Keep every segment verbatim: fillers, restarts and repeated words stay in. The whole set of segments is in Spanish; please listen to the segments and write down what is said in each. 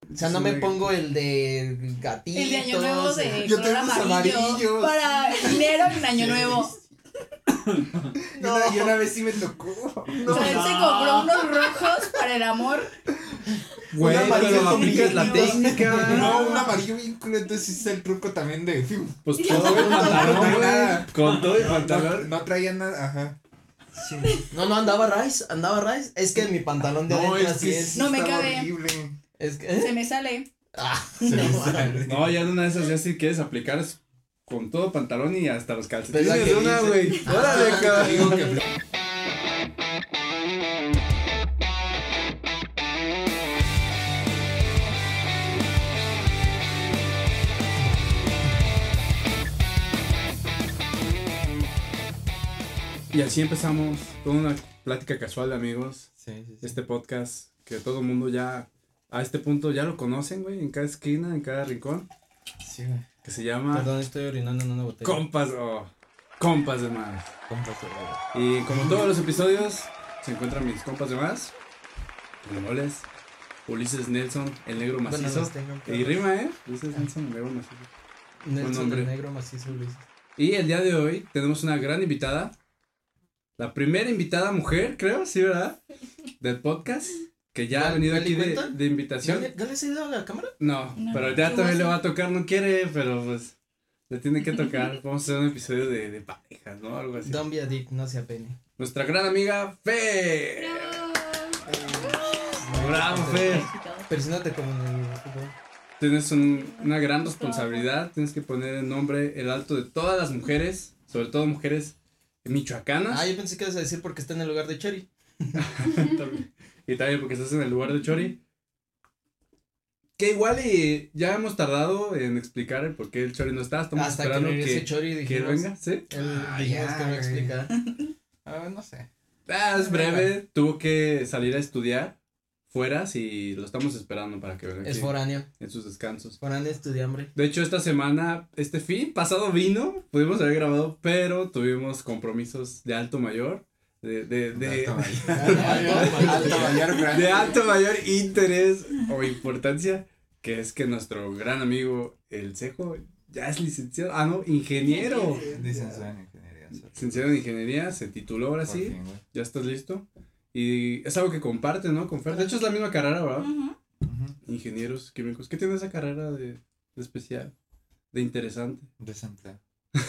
O sea, no me pongo el de gatitos. El de Año Nuevo de Yo color tengo los amarillo. amarillos. Para dinero en Año Nuevo. Y una, y una vez sí me tocó. O sea, él se compró unos rojos para el amor. Güey, Un amarillo pero con aplicas la brillitos. técnica. No, un amarillo bien culo, entonces hice el truco también de. Pues todo el pantalón, güey. Con todo el No, pantalón. no traía nada, ajá. Sí. No, no, andaba Rice, andaba Rice. Es que mi pantalón de No, adentro es así que es. sí No me estaba cabe. horrible. Es que. Se me sale. Ah, Se me no, sale. No, ya en una de esas ya si quieres aplicar es con todo pantalón y hasta los calcetines ¿Verdad que de una, dice? güey. Órale, Ah, digo cabrón. que- Y así empezamos con una plática casual de amigos. Sí, sí, sí. Este podcast que todo el mundo ya a este punto ya lo conocen, güey, en cada esquina, en cada rincón, Sí, güey. que se llama Perdón, estoy orinando en una botella. Compas o Compas de Más. Compas, güey. Y como todos los episodios, se encuentran mis compas de más, el Moles, Ulises Nelson, el negro Bueno, macizo. los tengo, Y claro. rima, ¿eh? Ulises Nelson, el negro macizo. Buen Nelson nombre. el negro macizo Luis. Y el día de hoy tenemos una gran invitada. La primera invitada mujer, creo, sí, ¿verdad? Del podcast. Que ya ha ¿Gal- venido Gali aquí de, cuenta? de invitación. ¿Ya le has ido a la cámara? No, No, pero ya ¿qué también le vas a va a tocar, no quiere, pero pues le tiene que tocar. Vamos a hacer un episodio de, de parejas, ¿no? Algo así. Don't be a dick, no sea pene. Nuestra gran amiga Fer. Bravo. Bravo, Fer. Persínate como en el fútbol. Tienes un- una gran responsabilidad. Tienes que poner el nombre, el alto de todas las mujeres, sobre todo mujeres michoacanas. Ah, yo pensé que ibas a decir porque está en el lugar de Chori. Y también porque estás en el lugar de Chori. Que igual y ya hemos tardado en explicar el por qué el Chori no está. Estamos Hasta que esperando regrese que, Chori que dijimos. él venga, ¿sí? Él Ah, dijimos ya, que me güey. explicara. Ah, no sé. Ah, es breve. Tuvo que salir a estudiar fuera y lo estamos esperando para que venga Es aquí foráneo. en sus descansos. Foráneo estudiambre. De hecho, esta semana, este fin pasado vino, pudimos haber grabado, pero tuvimos compromisos de alto mayor, de, de, de, Alto mayor. Alto mayor, grande. de alto mayor interés o importancia, que es que nuestro gran amigo, el Cejo, ya es licenciado, ah, no, ingeniero. Licenciado en ingeniería. sí. Licenciado en ingeniería, se tituló ahora Por sí, fin, güey. ya estás listo. Y es algo que comparte, ¿no? Con Fer. De hecho, es la misma carrera, ¿verdad? Ujú. Ujú. Ingenieros químicos. ¿Qué tiene esa carrera de, de especial? De interesante. Desempleo.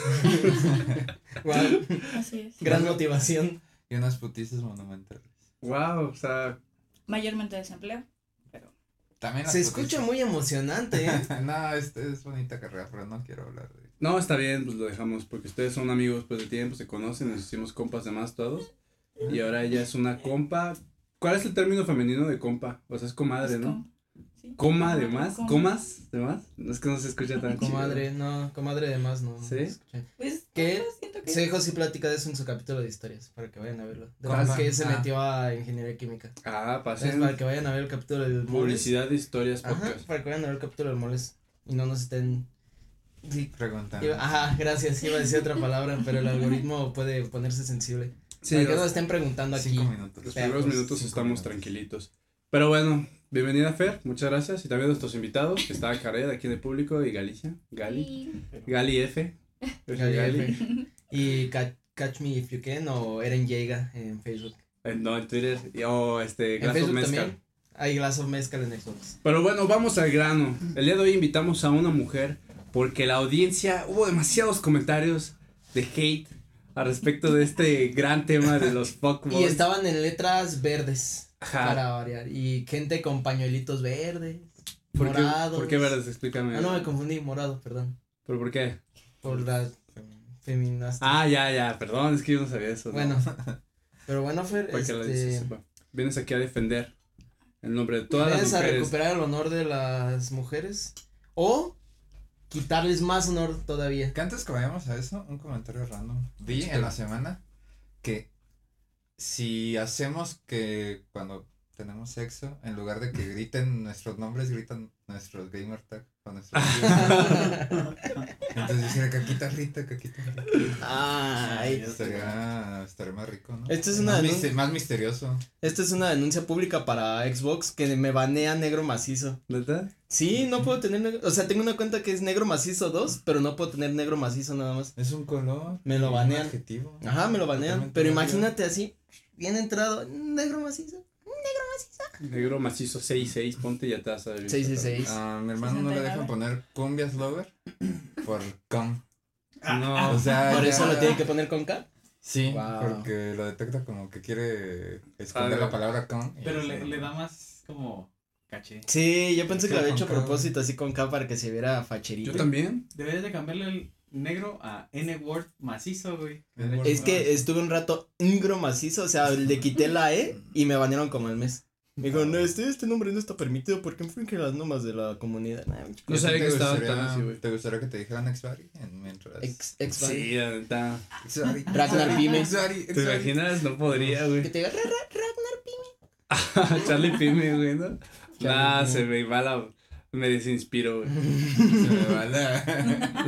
Wow. Así es. Gran motivación. Y unas putizas monumentales. Wow, o sea, Mayormente desempleo. También las Se escucha putizas. muy emocionante, ¿eh? No, es, es bonita carrera, pero no quiero hablar de. no, está bien, pues lo dejamos, porque ustedes son amigos pues de tiempo, se conocen, nos hicimos compas de más todos, y ahora ella es una compa. ¿Cuál es el término femenino de compa? O sea, es comadre, Es ¿no? como- sí. Coma de más, Coma. comas de más, no es que no se escucha tan chido. Comadre, no, comadre de más, no. ¿Sí? no escuché. Pues, ¿Qué? no, siento que Sejo sí platica de eso en su capítulo de historias, para que vayan a verlo. De Compa. más que se Ah. metió a ingeniería química. Ah, Entonces, pasen para que vayan a ver el capítulo del Moles. publicidad de historias Ajá, podcast. para que vayan a ver el capítulo del Moles. Y no nos estén. Sí, Preguntando. iba- ajá, gracias, iba a decir otra palabra, pero el algoritmo puede ponerse sensible. Sí, para que no los, nos estén preguntando aquí. Cinco minutos. los Pero, primeros pues, minutos cinco estamos minutos. tranquilitos. Pero bueno, bienvenida Fer, muchas gracias, y también a nuestros invitados, que está Jared aquí de público, y Galicia, Gali, Sí. Gali F. Gali Gali. F. Y Ca- Catch Me If You Can o Eren Yeaga en Facebook. Eh, No, en Twitter, y- o este, En Glass of Facebook Mezcal. también hay Glass of Mezcal en Xbox. Pero bueno, vamos al grano. El día de hoy invitamos a una mujer porque la audiencia, hubo demasiados comentarios de hate al respecto de este gran tema de los fuckboys. Y estaban en letras verdes. Ajá. Para variar. Y gente con pañuelitos verdes. ¿Por qué, morados. ¿Por qué verdes? Explícame. Ah, no, me confundí, morado, perdón. ¿Pero por qué? Por la feminasta. Ah, ya, ya, perdón, es que yo no sabía eso. ¿no? Bueno. Pero bueno, Fer, Para que la audiencia este, sepa. Vienes aquí a defender el nombre de todas las vienes a mujeres. recuperar el honor de las mujeres o quitarles más honor todavía. Que antes que vayamos a eso, un comentario random. Vi Échale. en la semana que si hacemos que cuando tenemos sexo, en lugar de que griten nuestros nombres, gritan nuestros gamer tag o nuestros entonces decir caquita Rita, caquita Rita. Ay, estaría, estaría más rico, ¿no? Esto es una más, denun- mister- más misterioso. Esto es una denuncia pública para Xbox que me banea negro macizo. ¿Verdad? Sí, no puedo tener negro, o sea, tengo una cuenta que es negro macizo dos, pero no puedo tener negro macizo nada más. Es un color. Me lo y un banean. adjetivo. Ajá, me lo banean, Totalmente pero válido. imagínate así, bien entrado, negro macizo. Negro macizo seis seis, ponte y ya te vas a ver. seis seis seis. A mi hermano no le dejan poner cumbias lover por com. No, O sea, Por ya- eso lo tienen que poner con K. Sí, Wow. porque lo detecta como que quiere esconder Ah, la palabra com. y Pero eso le, no. le da más como caché. Sí, yo pensé que lo había Con hecho a K. propósito así con K para que se viera facherito. yo también. Deberías de cambiarle el negro a N-word macizo, güey. N-word. Es que estuve un rato negro macizo, o sea, le quité la E y me banearon como al mes. Me dijo, no, este, este nombre no está permitido porque infringe las normas de la comunidad. Nah, No ¿Y a ti sabía te que estaba gustaría- tan así, güey. ¿Te gustaría que te dijeran Exvari en mientras? ex, ex Sí, la neta. Exvari. Ragnar Pime. Exvari, ¿Te Exvari. imaginas? No podría, Que güey. te diga, "Ra, ra, Ragnar". Charlie Pime, güey, ¿no? Nah, Pime. se me va la. Me desinspiro, güey. Se me va la-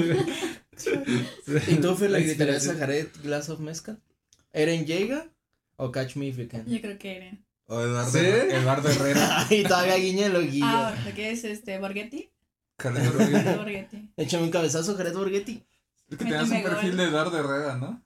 ¿Y tú, Fer, le La gritarías a inspiración. Jared Glass of Mezcal? ¿Eren Yeager o Catch Me If You Can? Yo creo que Eren. O Eduardo, ¿Sí? Eduardo Herrera. Ay, todavía guiñé lo guillo. Ah, lo que es este, Borghetti. Carlos Rubio. Borghetti. Échame un cabezazo, Jared Borghetti. Es que tenías un Méteme perfil gol. de Eduardo Herrera, ¿no?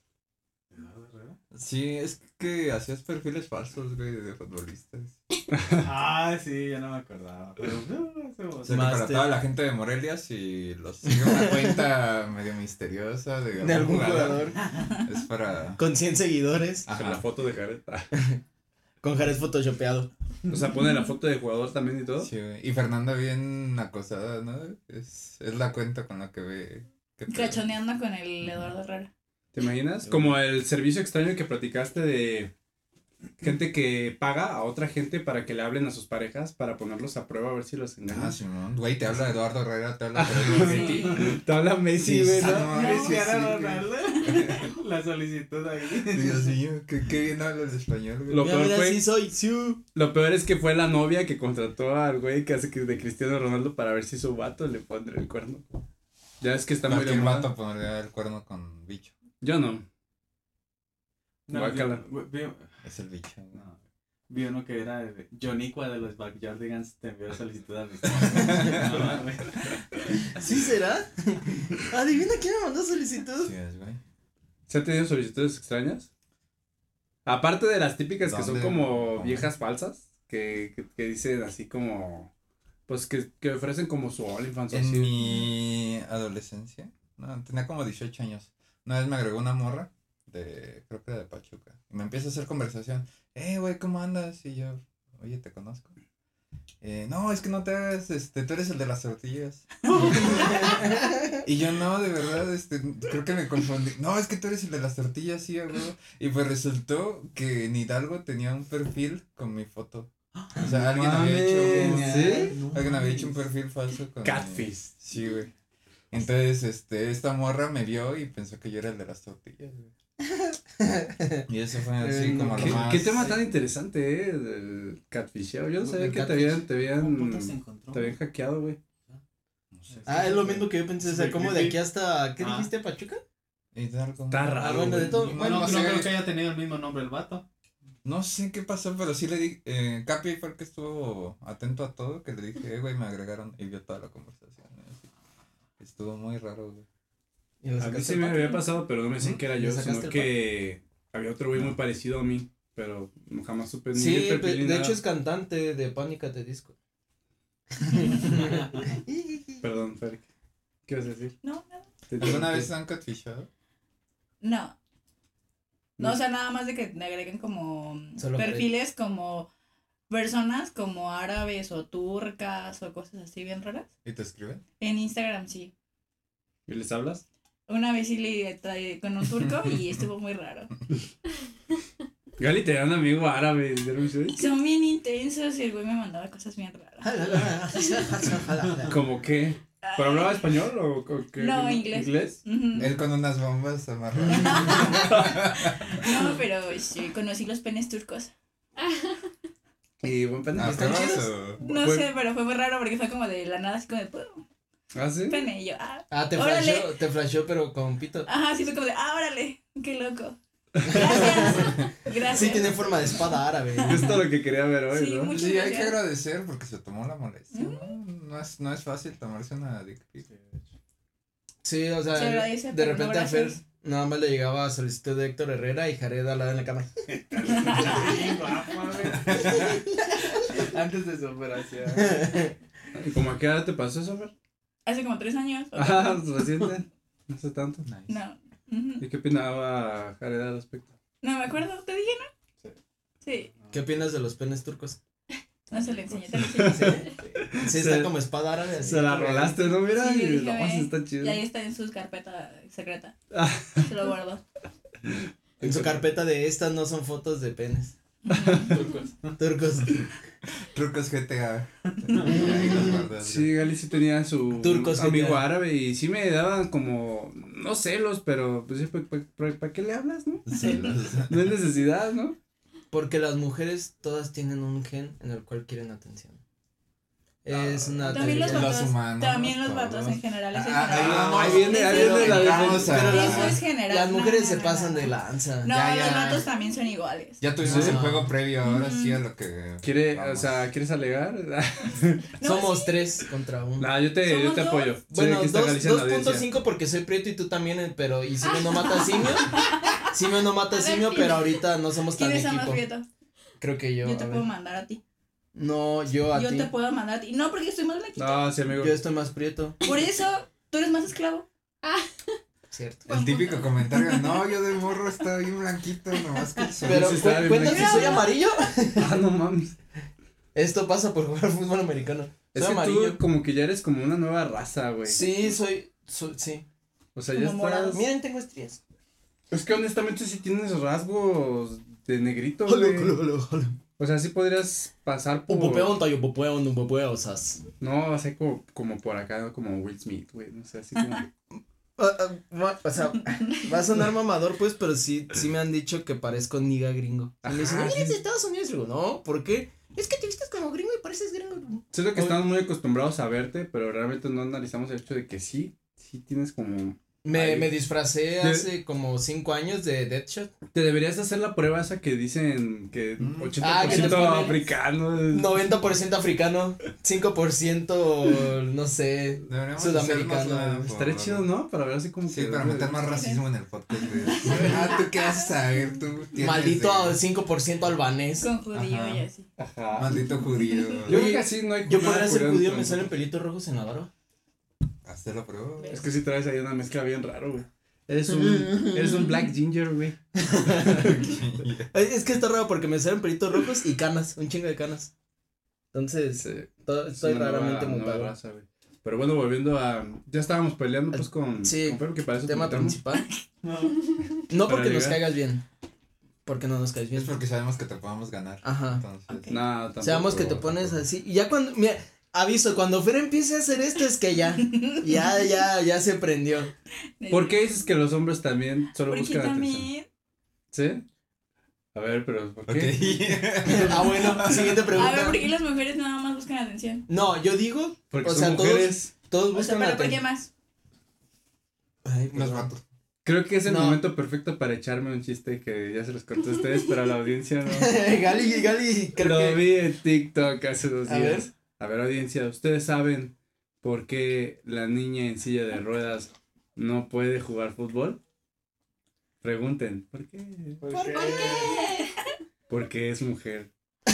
Sí, es que hacías perfiles falsos, güey, de futbolistas. Ah, sí, ya no me acordaba. Pero, no, eso- O sea, que Master. para toda la gente de Morelia, si los sigue una cuenta medio misteriosa de, De algún jugador. es para... Con cien seguidores. Con la Ajá. foto de Jared. Ah. Con Jared photoshopeado. O sea, pone la foto de jugador también y todo. Sí, güey. Y Fernanda bien acosada, ¿no? Es, es la cuenta con la que ve... que te- Cachoneando con el Eduardo Herrera. ¿Te imaginas? Como el servicio extraño que platicaste de gente que paga a otra gente para que le hablen a sus parejas para ponerlos a prueba a ver si los Ah, engañan. Simón. Güey, te habla Eduardo Herrera, te habla Fernando Borghetti. Te habla Messi, Sí, güey, sí, ¿no? no, mames, sí, Cristiano sí, güey. Ronaldo. La solicitud ahí. Dios mío, qué, qué bien hablas español, güey. Lo Mira, peor mira, fue- sí soy. Siu. Lo peor es que fue la novia que contrató al güey que hace que de Cristiano Ronaldo para ver si su vato le pondrá el cuerno. Ya es que está muy de Cualquier moda. vato pondría el cuerno con bicho. Yo no. No, Guácala. vi, vi, Es el bicho, güey. no, vi uno que era de Jonicua de los Backyardigans te envió solicitud a mi. No, mames. ¿Sí será? Adivina quién me mandó solicitud. Sí, es, güey. ¿Se han tenido solicitudes extrañas? Aparte de las típicas que son ¿Dónde? como ¿Cómo? viejas falsas, que, que, que dicen así como, pues que, que ofrecen como su OnlyFans o En así. mi adolescencia, no, tenía como dieciocho años. Una vez me agregó una morra de, creo que era de Pachuca. Y me empieza a hacer conversación. Eh, güey, ¿cómo andas? Y yo, oye, ¿te conozco? Eh, no, es que no te hagas, este, tú eres el de las tortillas. Y yo, no, de verdad, este, creo que me confundí. No, es que tú eres el de las tortillas, sí, güey. Y pues resultó que en Hidalgo tenía un perfil con mi foto. O sea, alguien había hecho, Mames, ¿sí? alguien había hecho un perfil falso con mi- Catfish. Sí, güey. Entonces, este, esta morra me vio y pensó que yo era el de las tortillas, güey. Y eso fue así Eh, como ¿Qué, lo más. qué tema tan interesante, eh, del catfisheo. Yo no sabía El que te catfish. habían, te habían, ¿Cómo putas se encontró? te habían hackeado, güey. No sé. Ah, es lo mismo que yo pensé. O sea, como de aquí hasta. ¿Qué Ah. dijiste, Pachuca? Hidalgo. Está Ah, raro. bueno, de güey. todo. No, Bueno, no, no no sé. creo que haya tenido el mismo nombre el vato. No sé qué pasó, pero sí le di. Eh, Capi fue el que estuvo atento a todo. Que le dije, eh, güey, me agregaron. Y vio toda la conversación. y así. Estuvo muy raro, güey. Y le A mí sacaste sí el me pack. había pasado, pero no me decían ¿Mm? que era ¿Le yo, sacaste sino el que había otro güey muy parecido a mí, pero jamás supe ni el Sí, perfil pe- ni de nada. hecho es cantante de Pánica de Disco. Perdón, Fer, ¿qué ibas a decir? No, nada. Te ¿Alguna interrumpí. vez han catfishado? No. No, o sea, nada más de que me agreguen como Solo perfiles como personas como árabes o turcas o cosas así bien raras. ¿Y te escriben? En Instagram sí. ¿Y les hablas? Una vez sí le traí con un turco y estuvo muy raro. Gali tenía un amigo árabe, ¿ya lo viste? Son bien intensos y el güey me mandaba cosas bien raras. ¿Cómo qué? ¿Pero hablaba español o o qué? No, inglés. ¿Inglés? Ujú. Él con unas bombas amarradas. No, pero este, conocí los penes turcos. Y buen pene. Ah, ¿Están ¿pruebas chidos? o- No Fue- sé, pero fue muy raro porque fue como de la nada, así como de, "Pum, ¿Ah, sí? pene", y yo, ah. Ah, te Órale. flashó, te flashó, pero con pito. Ajá, sí fue como de, ah, órale, qué loco. Gracias. Gracias. Sí, tiene forma de espada árabe. Es todo lo que quería ver hoy, Sí, ¿no? muchas Sí, hay que gracias. agradecer porque se tomó la molestia, ¿no? No es, no es fácil tomarse una dick pic. Sí, o sea, Se agradece, de pero no repente a Fer gracias. nada más le llegaba solicitud de Héctor Herrera y Jared al lado en la cámara. Antes de su operación. ¿Y cómo a qué edad te pasó eso, Fer? Hace como tres años. ¿o Ah, qué? reciente. No hace tanto. Nice. No. Ujú. ¿Y qué opinaba Jared al respecto? No me acuerdo, ¿te dije, no? Sí. Sí. ¿Qué opinas de los penes turcos? No se lo enseñé, te lo enseñé. Sí, Se- está como espada árabe. así Se la como- rolaste, ¿no? Mira, Sí, y dije, no, "Ve". sí está chido. Y ahí está en su carpeta secreta. Ah. Se lo guardo. En su carpeta de estas no son fotos de penes. Turcos. Turcos. Trucos G T A. Ahí los guardas. Sí, Gali sí tenía su Turcos amigo genial. árabe y sí me daban como, no celos, pero pues ¿para qué le hablas, no? Celos. No hay necesidad, ¿no? Porque las mujeres todas tienen un gen en el cual quieren atención. Es una También los teoría. Los vatos. humanos, También los todos. vatos en general. Eso es Ah, ahí general. vamos. Ahí viene, ahí Eso- viene la Entramos a- Pero Eso las- es general. Las No, mujeres no, se no, pasan no. de lanza. No, Ya, los ya. vatos también son iguales. Ya tuvimos Sí. el juego previo, ahora sí a lo que. ¿Quiere, o vamos. sea, ¿quieres alegar? No, Somos sí. tres contra uno. No, yo te, yo ¿Somos te dos? apoyo. Sí, Bueno, aquí está dos- Galicia en la dos punto audiencia. cinco porque soy prieto y tú también, eh, pero y Simio no mata a Simio. Simio no mata a A ver, Simio, ¿quién- pero ahorita no somos tan ¿Quién es más equipo. prieto? Creo que yo. Yo te a puedo ver. mandar a ti. No, yo a Yo ti. te puedo mandar a ti. No, porque estoy más blanquita. No, sí, amigo. Yo estoy más prieto. Por eso, tú eres más esclavo. Cierto. El típico comentario, no, yo de morro estaba bien blanquito, nomás que el sol. Pero sí cu- está bien cuenta si blanquito. soy amarillo. Ah, no mames. Esto pasa por jugar fútbol americano. Es Soy que amarillo. tú como que ya eres como una nueva raza, güey. Sí, soy, soy sí. O sea, ya Como morado. estás. Miren, tengo estrías. Es que honestamente sí tienes rasgos de negrito, Hola, güey. hola, hola, hola. O sea, sí podrías pasar por. Un popeo, un tallo, popeo, un popeo, o sea. No, así como, como por acá, ¿no? Como Will Smith, güey. No sé, así como. Ah, ah, ma- o sea, va a sonar mamador, pues, pero sí, sí me han dicho que parezco niga gringo. Y me dicen, Ajá, "Oye, eres sí. de Estados Unidos". Y digo, no, ¿por qué? Es que te vistes como gringo y pareces gringo. Siento que Oye. estamos muy acostumbrados a verte, pero realmente no analizamos el hecho de que sí, sí tienes como. Me, Ay. me disfracé De- hace como cinco años de Deadshot. Te deberías hacer la prueba esa que dicen que Mm. ochenta por Ah, ciento que te ponen- africano. noventa por ciento africano, cinco por ciento, no sé, Deberíamos sudamericano. hacernos una Estaría por- chido, ¿no? Para ver así como Sí, que. para meter más racismo en el podcast, güey. Ah, ¿tú qué vas a saber? Tú tienes Maldito de- cinco por ciento albanés. Con judío Ajá. y así. Ajá. Maldito judío. Yo creo que así no hay Yo nada podría ser curioso judío, con me eso. salen pelitos rojos en la barba. Hazte la prueba. Es que si traes ahí una mezcla bien raro, güey. Eres un, eres un black ginger, güey. Es es que está raro porque me salen pelitos rojos y canas, un chingo de canas. Entonces, eh, to- Es estoy una nueva- raramente nueva mutado. raza, güey. Pero bueno, volviendo a. Ya estábamos peleando pues con. Sí, con Pedro, que para eso te Tema invitamos. principal. No. No porque Para nos ligar. caigas bien. Porque no nos caes Es bien. porque sabemos que te podemos ganar. Ajá. Entonces, Ok. No, tampoco. Seamos que te pones así. Y ya cuando. Mira, aviso, cuando Fer empiece a hacer esto es que ya. Ya, ya, ya se prendió. ¿Por qué dices que los hombres también solo Porque buscan atención? también. ¿Sí? A ver, pero ¿por ok. qué? Ah, bueno, siguiente A ver, pregunta. ¿por qué las mujeres nada más buscan atención? No, yo digo. Porque O son sea, todos- mujeres. Todos O sea, buscan ¿pero por qué atención. más? Ay, Los perdón. vatos. Creo que es el No. momento perfecto para echarme un chiste que ya se los conté a ustedes, pero a la audiencia no. Gali, Gali, creo Lo que. vi en TikTok hace dos A días. A ver, audiencia, ¿ustedes saben por qué la niña en silla de ruedas no puede jugar fútbol? Pregunten, ¿por qué? ¿Por ¿Por qué? qué? Porque es mujer.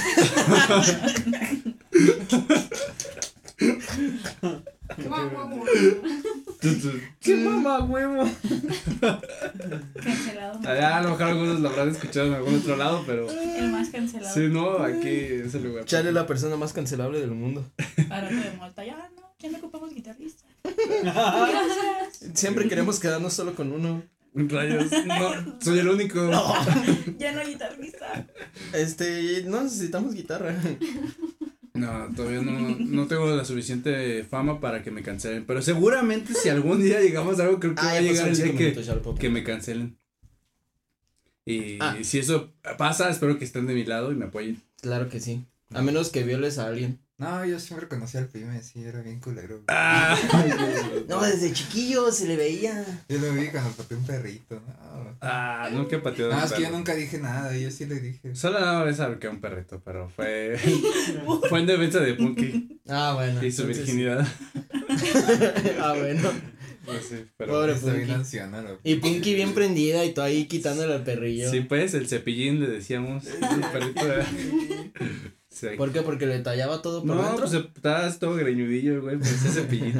¡Qué mamá, huevo! Cancelado. Allá a lo mejor algunos lo habrán escuchado en algún otro lado, pero El más cancelado. sí, no, aquí es el lugar. Chale, la persona más cancelable del mundo. Hablando de Malta, ya no, ya no ocupamos guitarrista. Siempre queremos quedarnos solo con uno. Rayos, no, soy el único. Ya no hay guitarrista. Este, no necesitamos guitarra. No, todavía no, no tengo la suficiente fama para que me cancelen. Pero seguramente si algún día llegamos a algo, creo que va a ya llegar pasaron el día cinco que, minutos, ya lo puedo que me poner. cancelen. Y Ah. si eso pasa, espero que estén de mi lado y me apoyen. Claro que sí. A menos que violes a alguien. No, yo siempre conocí al Pime, sí, era bien culero. güey. Ah, No, desde chiquillo se le veía. Yo lo vi cuando pateé un perrito, no. ah, nunca pateó No, un es que yo perro. nunca dije nada, yo sí le dije. Solo una vez ahorqué a un perrito, pero fue. Fue en defensa de Punky Ah, bueno. y su entonces- virginidad. Ah, bueno. Pues sí, pero. Pobre Está bien Punky. anciana, lo- Y Punky bien prendida y tú ahí quitándole al perrillo. Sí, pues, el cepillín le decíamos. El perrito era. Sí. ¿Por qué? Porque le tallaba todo por No, dentro. pues estaba todo greñudillo, güey, pues ese cepillín.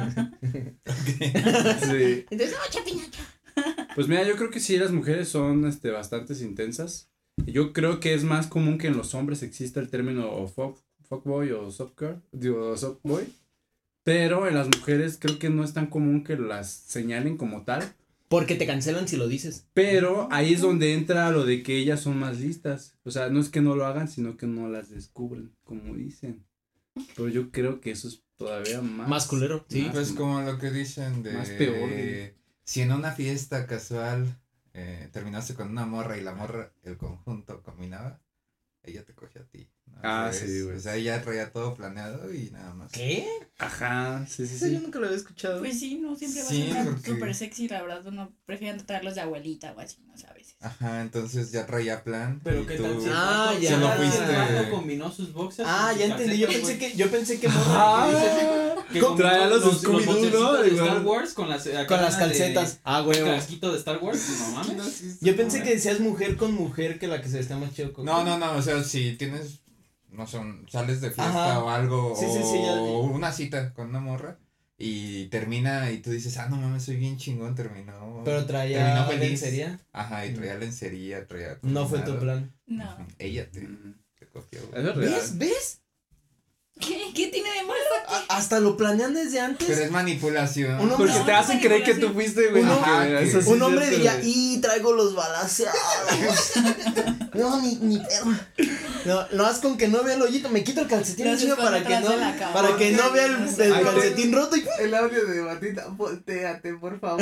Sí. Entonces, no, chapinacho. Pues mira, yo creo que sí, las mujeres son este, bastante intensas. Yo creo que es más común que en los hombres exista el término fuck, fuckboy o softcore, digo, softboy. Pero en las mujeres creo que no es tan común que las señalen como tal. Porque te cancelan si lo dices. Pero ahí es donde entra lo de que ellas son más listas. O sea, no es que no lo hagan, sino que no las descubren, como dicen. Pero yo creo que eso es todavía más. Más culero, sí. más- Pues como lo que dicen de. Más peor, güey. Si en una fiesta casual eh, terminaste con una morra y la morra, el conjunto combinaba, ella te coge a ti. ¿no? Ah, O sea, sí, es- güey. O sea, ella traía todo planeado y nada más. ¿Qué? Ajá, sí, sí, Eso yo sí. nunca lo había escuchado. Pues sí, no siempre va Sí, a ser porque- súper sexy, la verdad, uno prefiere tratarlos de abuelita o así, no sé, a veces. Ajá, entonces ya traía plan. Pero y qué tú- tal si el Ah, vato- ya. si el Se lo vato- fuiste. si el vato combinó sus boxers. Ah, con ya sus entendí. Yo calcetas, pensé güey. que, yo pensé que Ah, Que ¿Cómo? combinó Traía los los, los Scooby-Doo, boxercitos ¿no? de Igual. Star Wars con las, acá con las de- calcetas. Ah, el huevo. casquito de Star Wars, no mames. No, sí, sí, Yo sí, pensé no. que decías mujer con mujer que la que se está más chido con. No, no, no, o sea, si tienes, no sé, un- sales de fiesta Ajá. o algo, Sí, o sí, sí, ya- una cita con una morra y termina y tú dices, ah, no mames, soy bien chingón, terminó. Pero traía terminó feliz. lencería. Ajá, y traía lencería, traía. No fue tu combinado. plan. No. Ujú, Ella te, Ujú. te cogió. güey. Eso es real. ¿Ves? ¿Ves? ¿Qué? ¿Qué tiene de malo? A- hasta lo planean desde antes. Pero es manipulación. Un hombre- Porque te hacen creer que tú fuiste, güey. Uno- que Ajá, eso que- sí Un es hombre cierto, diría, güey. y traigo los balaseados. No, ni, ni pedo. No, no haz con que no vea el hoyito. Me quito el calcetín Lo encima esconde para que atrás no, de la cama. para que no vea el, el Ay, calcetín roto. Y... El audio de Batita, volteate, por favor.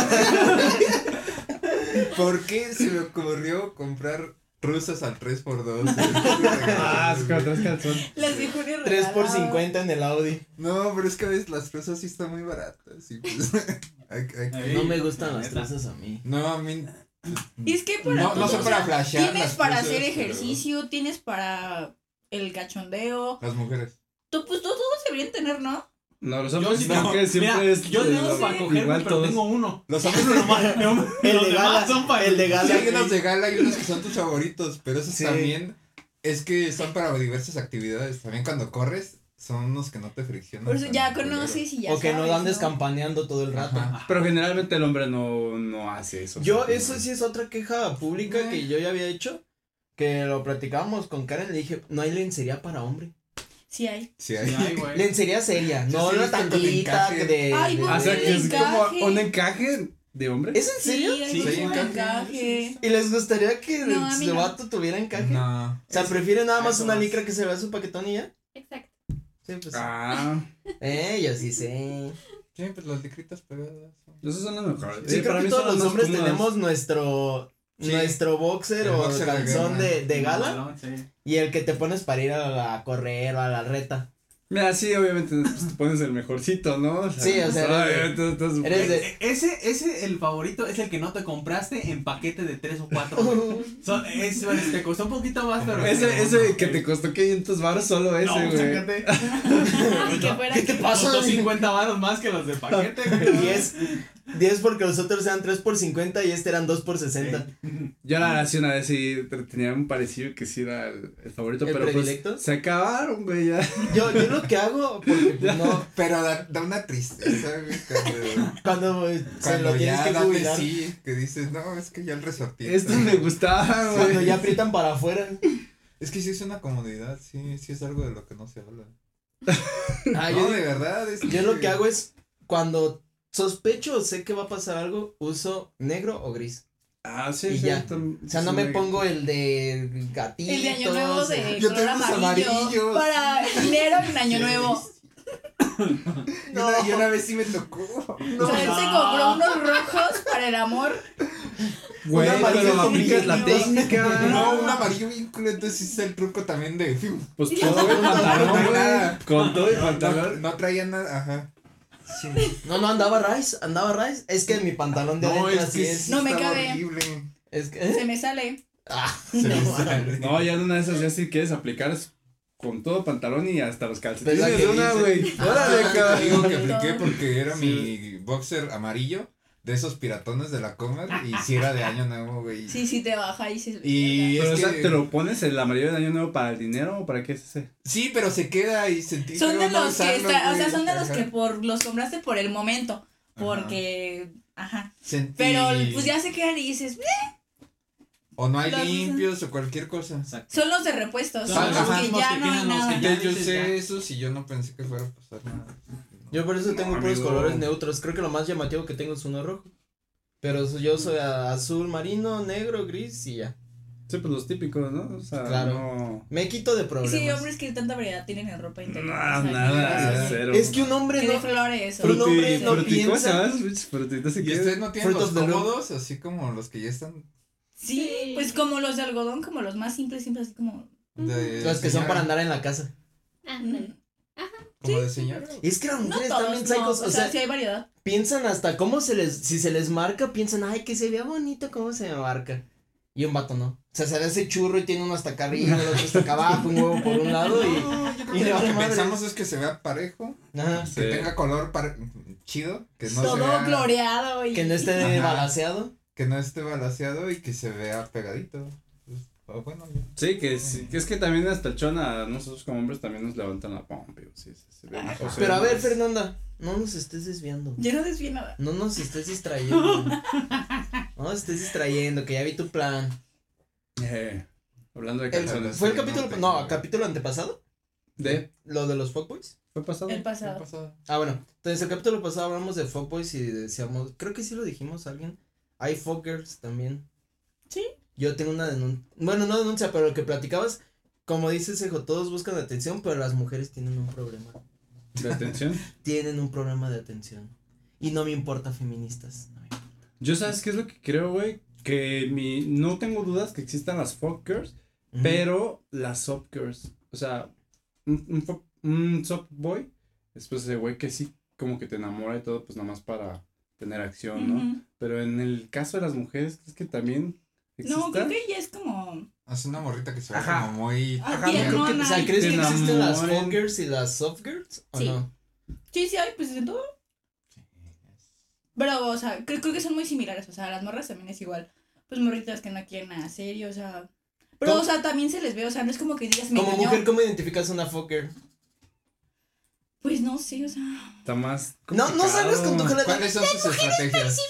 ¿Por qué se me ocurrió comprar rusas al tres por dos? Ah, es que tres calzón. Las de Julio tres por regalaba. cincuenta en el Audi. No, pero es que a veces las rusas sí están muy baratas. Y pues, hay- hay que- Ay, No me gustan las neta. trozas a mí. No, a mí. Y es que para No, todo, no son o para sea, flashear. Tienes las para rusas, hacer pero ejercicio, tienes para el cachondeo. Las mujeres. Tú, pues todos deberían tener, ¿no? No, los Yo hombres sí creo tengo, que siempre mira, es. yo eh, tengo para cogerme, igual pero todos. tengo uno. Los hombres Los demás- El los de demás gala. son para El de Sí, gala. hay unos de gala y unos que son tus favoritos, pero esos Sí. también es que son para diversas actividades. También cuando corres, son unos que no te friccionan. Por eso tan ya culero. conoces y ya O que no sabes, andes campaneando todo el rato. Ajá. Pero generalmente el hombre no, no hace eso. Yo, o sea, eso sí es otra queja pública que yo ya había hecho. Que lo platicábamos con Karen. Le dije, no hay lencería para hombre. Sí hay. Sí, hay. Sí, ay, güey. Lencería seria. Yo No sí he la visto con tanguita encaje. de. Ay, de- no, Ah, o sea, que es encaje. como un encaje de hombre. ¿Es en serio? Sí, hay Sí, mucho sí, encaje. encaje. ¿Y les gustaría que No, a mí su no. vato tuviera encaje? No. O sea, prefiere nada más Eso una más. licra que se vea su paquetón y ya. Exacto. Sí, pues. Ah, Eh, yo sí sé. Sí, pues las licritas pegadas. esos son los mejores. Sí, Eh, creo para que mí todos son las los más hombres cómodas. tenemos nuestro. Sí. Nuestro boxer El o boxer de calzón gala. de, de gala. Malón, sí. Y el que te pones para ir a, la- a correr o a la reta. Mira, sí, obviamente pues, te pones el mejorcito, ¿no? O sea, Sí, o sea, eres de- obviamente estás- Eres de. E- Ese, ese, el favorito es el que no te compraste en paquete de tres o cuatro. güey. Son, es, bueno, te costó un poquito más, pero. Ese, ese que te costó quinientos baros solo ese, No, güey. sácate. Ni que fuera ¿Qué te que- pasa? Costó cincuenta varos más que los de paquete, güey. diez. diez porque los otros eran tres por cincuenta y este eran dos por sesenta. Yo la verdad sí una vez sí tenía un parecido que sí era el, el favorito, ¿El pero predilecto? pues se acabaron, güey, ya. Yo, yo lo que hago, porque pues, no. Pero da, da una tristeza, güey, cuando, Cuando eh, se cuando lo tienes ya que date jubilar. sí, que dices, no, es que ya el resortito. Estos me gustaban, güey. Cuando ya aprietan para afuera. Es que sí es una comodidad, sí, sí es algo de lo que no se habla. Ah, no, yo, de verdad, es yo lo que hago es, cuando sospecho o sé que va a pasar algo, uso negro o gris. Ah, sí, Y sí, ya. tam- O sea, no sí me pongo el de gatito. El de Año Nuevo de Yo color tengo los amarillo. amarillos. Para dinero en Año Nuevo. Y una, y una vez sí me tocó. No. O sea, él se compró unos rojos para el amor Güey, Un amarillo pero con aplicas la brillitos. técnica. No, un amarillo bien culo, entonces ese es el truco también de fiu. Pues todo el pantalón, güey. Nada. Con todo el No, pantalón. no traía nada, ajá. Sí. No, no, andaba Rice, andaba Rice. Es que mi pantalón de No, adentro es así que es. sí No me estaba cabe. horrible. Es que. Se me sale. Ah, Se me sale. No, ya en una de esas ya si quieres aplicar es con todo pantalón y hasta los calcetines ¿Verdad que de una, dice? güey. Ah, Órale, te cabrón. digo que apliqué porque era Sí. mi boxer amarillo de esos piratones de la Comer y si era de año nuevo, güey. Sí, sí te baja y se. Y Pero, o es sea, que ¿te lo pones el amarillo de año nuevo para el dinero o para qué es ese? sí, pero se queda y sentí Son feo de no los que usarlo, está, o güey. sea, son de los Ajá. que por los compraste por el momento. Porque, ajá. Sentí- Pero pues ya se quedan y dices, "Eh". o no hay los- limpios o cualquier cosa. Exacto. Son los de repuestos, Son son los los que mismos ya que no hay tienen los nada. que ya- Entonces yo dices sé ya. eso y yo no pensé que fuera a pasar nada. yo por eso tengo No, puros amigo. colores neutros. Creo que lo más llamativo que tengo es uno rojo. Pero so- yo soy a- azul marino, negro, gris y ya. Sí, pues los típicos, ¿no? O sea, Claro. no. Me quito de problemas. Sí, hombres que tanta variedad tienen en ropa interior. No, o sea, nada, que- cero. Es que un hombre Que de no. flores. o- Pero un hombre Fruti, no fruti, ¿cómo se piensa- llaman esos pinches frutitas si ¿Y quieres? ustedes no tienen Fruit los of the Loom. cómodos así como los que ya están Sí, Sí. pues como los de algodón, como los más simples, simples, así como. de Los que son señora? para andar en la casa. Ándale. Como de señora. Es que las No mujeres todos, también no, psychos, o sea, sí hay variedad. piensan hasta cómo se les, si se les marca, piensan, ay, que se vea bonito cómo se me marca. Y un vato no. O sea, se ve ese churro y tiene uno hasta acá arriba, el otro hasta acá abajo, un huevo por un lado y. No, yo creo y que le lo vale que madre. pensamos es que se vea parejo, Ajá. Sí. que tenga color pare- chido, que no Todo se vea, floreado y. Que no esté Ajá. balanceado. que no esté balanceado y que se vea pegadito. Pues, o bueno, yo- Sí, que sí, que es que también hasta el chon a nosotros como hombres también nos levantan la pompa, sí, sí, se ve mejor, se Pero ve a ver, más- Fernanda, no nos estés desviando. Yo no desvío nada. No nos estés distrayendo. No nos estés distrayendo, que ya vi tu plan. Eh, hablando de El- calzones. ¿Fue el sí, capítulo, no no, tengo- capítulo antepasado? ¿De? ¿Lo de los fuckboys? ¿Fue pasado? El ¿qué pasado. pasó? Ah, bueno, entonces el capítulo pasado hablamos de fuckboys y decíamos, creo que sí lo dijimos a alguien. Hay fuckgirls también. Sí. Yo tengo una denuncia, bueno, no denuncia, pero lo que platicabas, como dices, hijo, todos buscan atención, pero las mujeres tienen un problema. ¿De atención? Tienen un problema de atención. Y no me importa feministas. No me importa. Yo, ¿sabes qué es lo que creo, güey? Que mi, no tengo dudas que existan las fuckers, Ujú. pero las softgirls, o sea, un, un, fuck- un soft boy es pues ese güey que sí como que te enamora y todo, pues nada más para tener acción, ¿no? Ujú. Pero en el caso de las mujeres, es que también exista. No, creo que ya es como. Hace una morrita que se ve Ajá. como muy. Ah, Ajá, bien, creo que, mona. o sea, ¿crees Te que existen las enamoren. fuckgirls y las softgirls? ¿O Sí. no? Sí, sí hay, pues de todo. Pero, o sea, creo, creo que son muy similares. O sea, las morras también es igual. Pues morritas que no quieren nada serio, o sea. Pero, ¿Cómo? o sea, también se les ve, o sea, no es como que digas, me Como engañó. mujer, ¿cómo identificas una fucker? Pues no sé, o sea. Está más. No, no salgas con tu complicado. jala- ¿Cuáles son sus estrategias?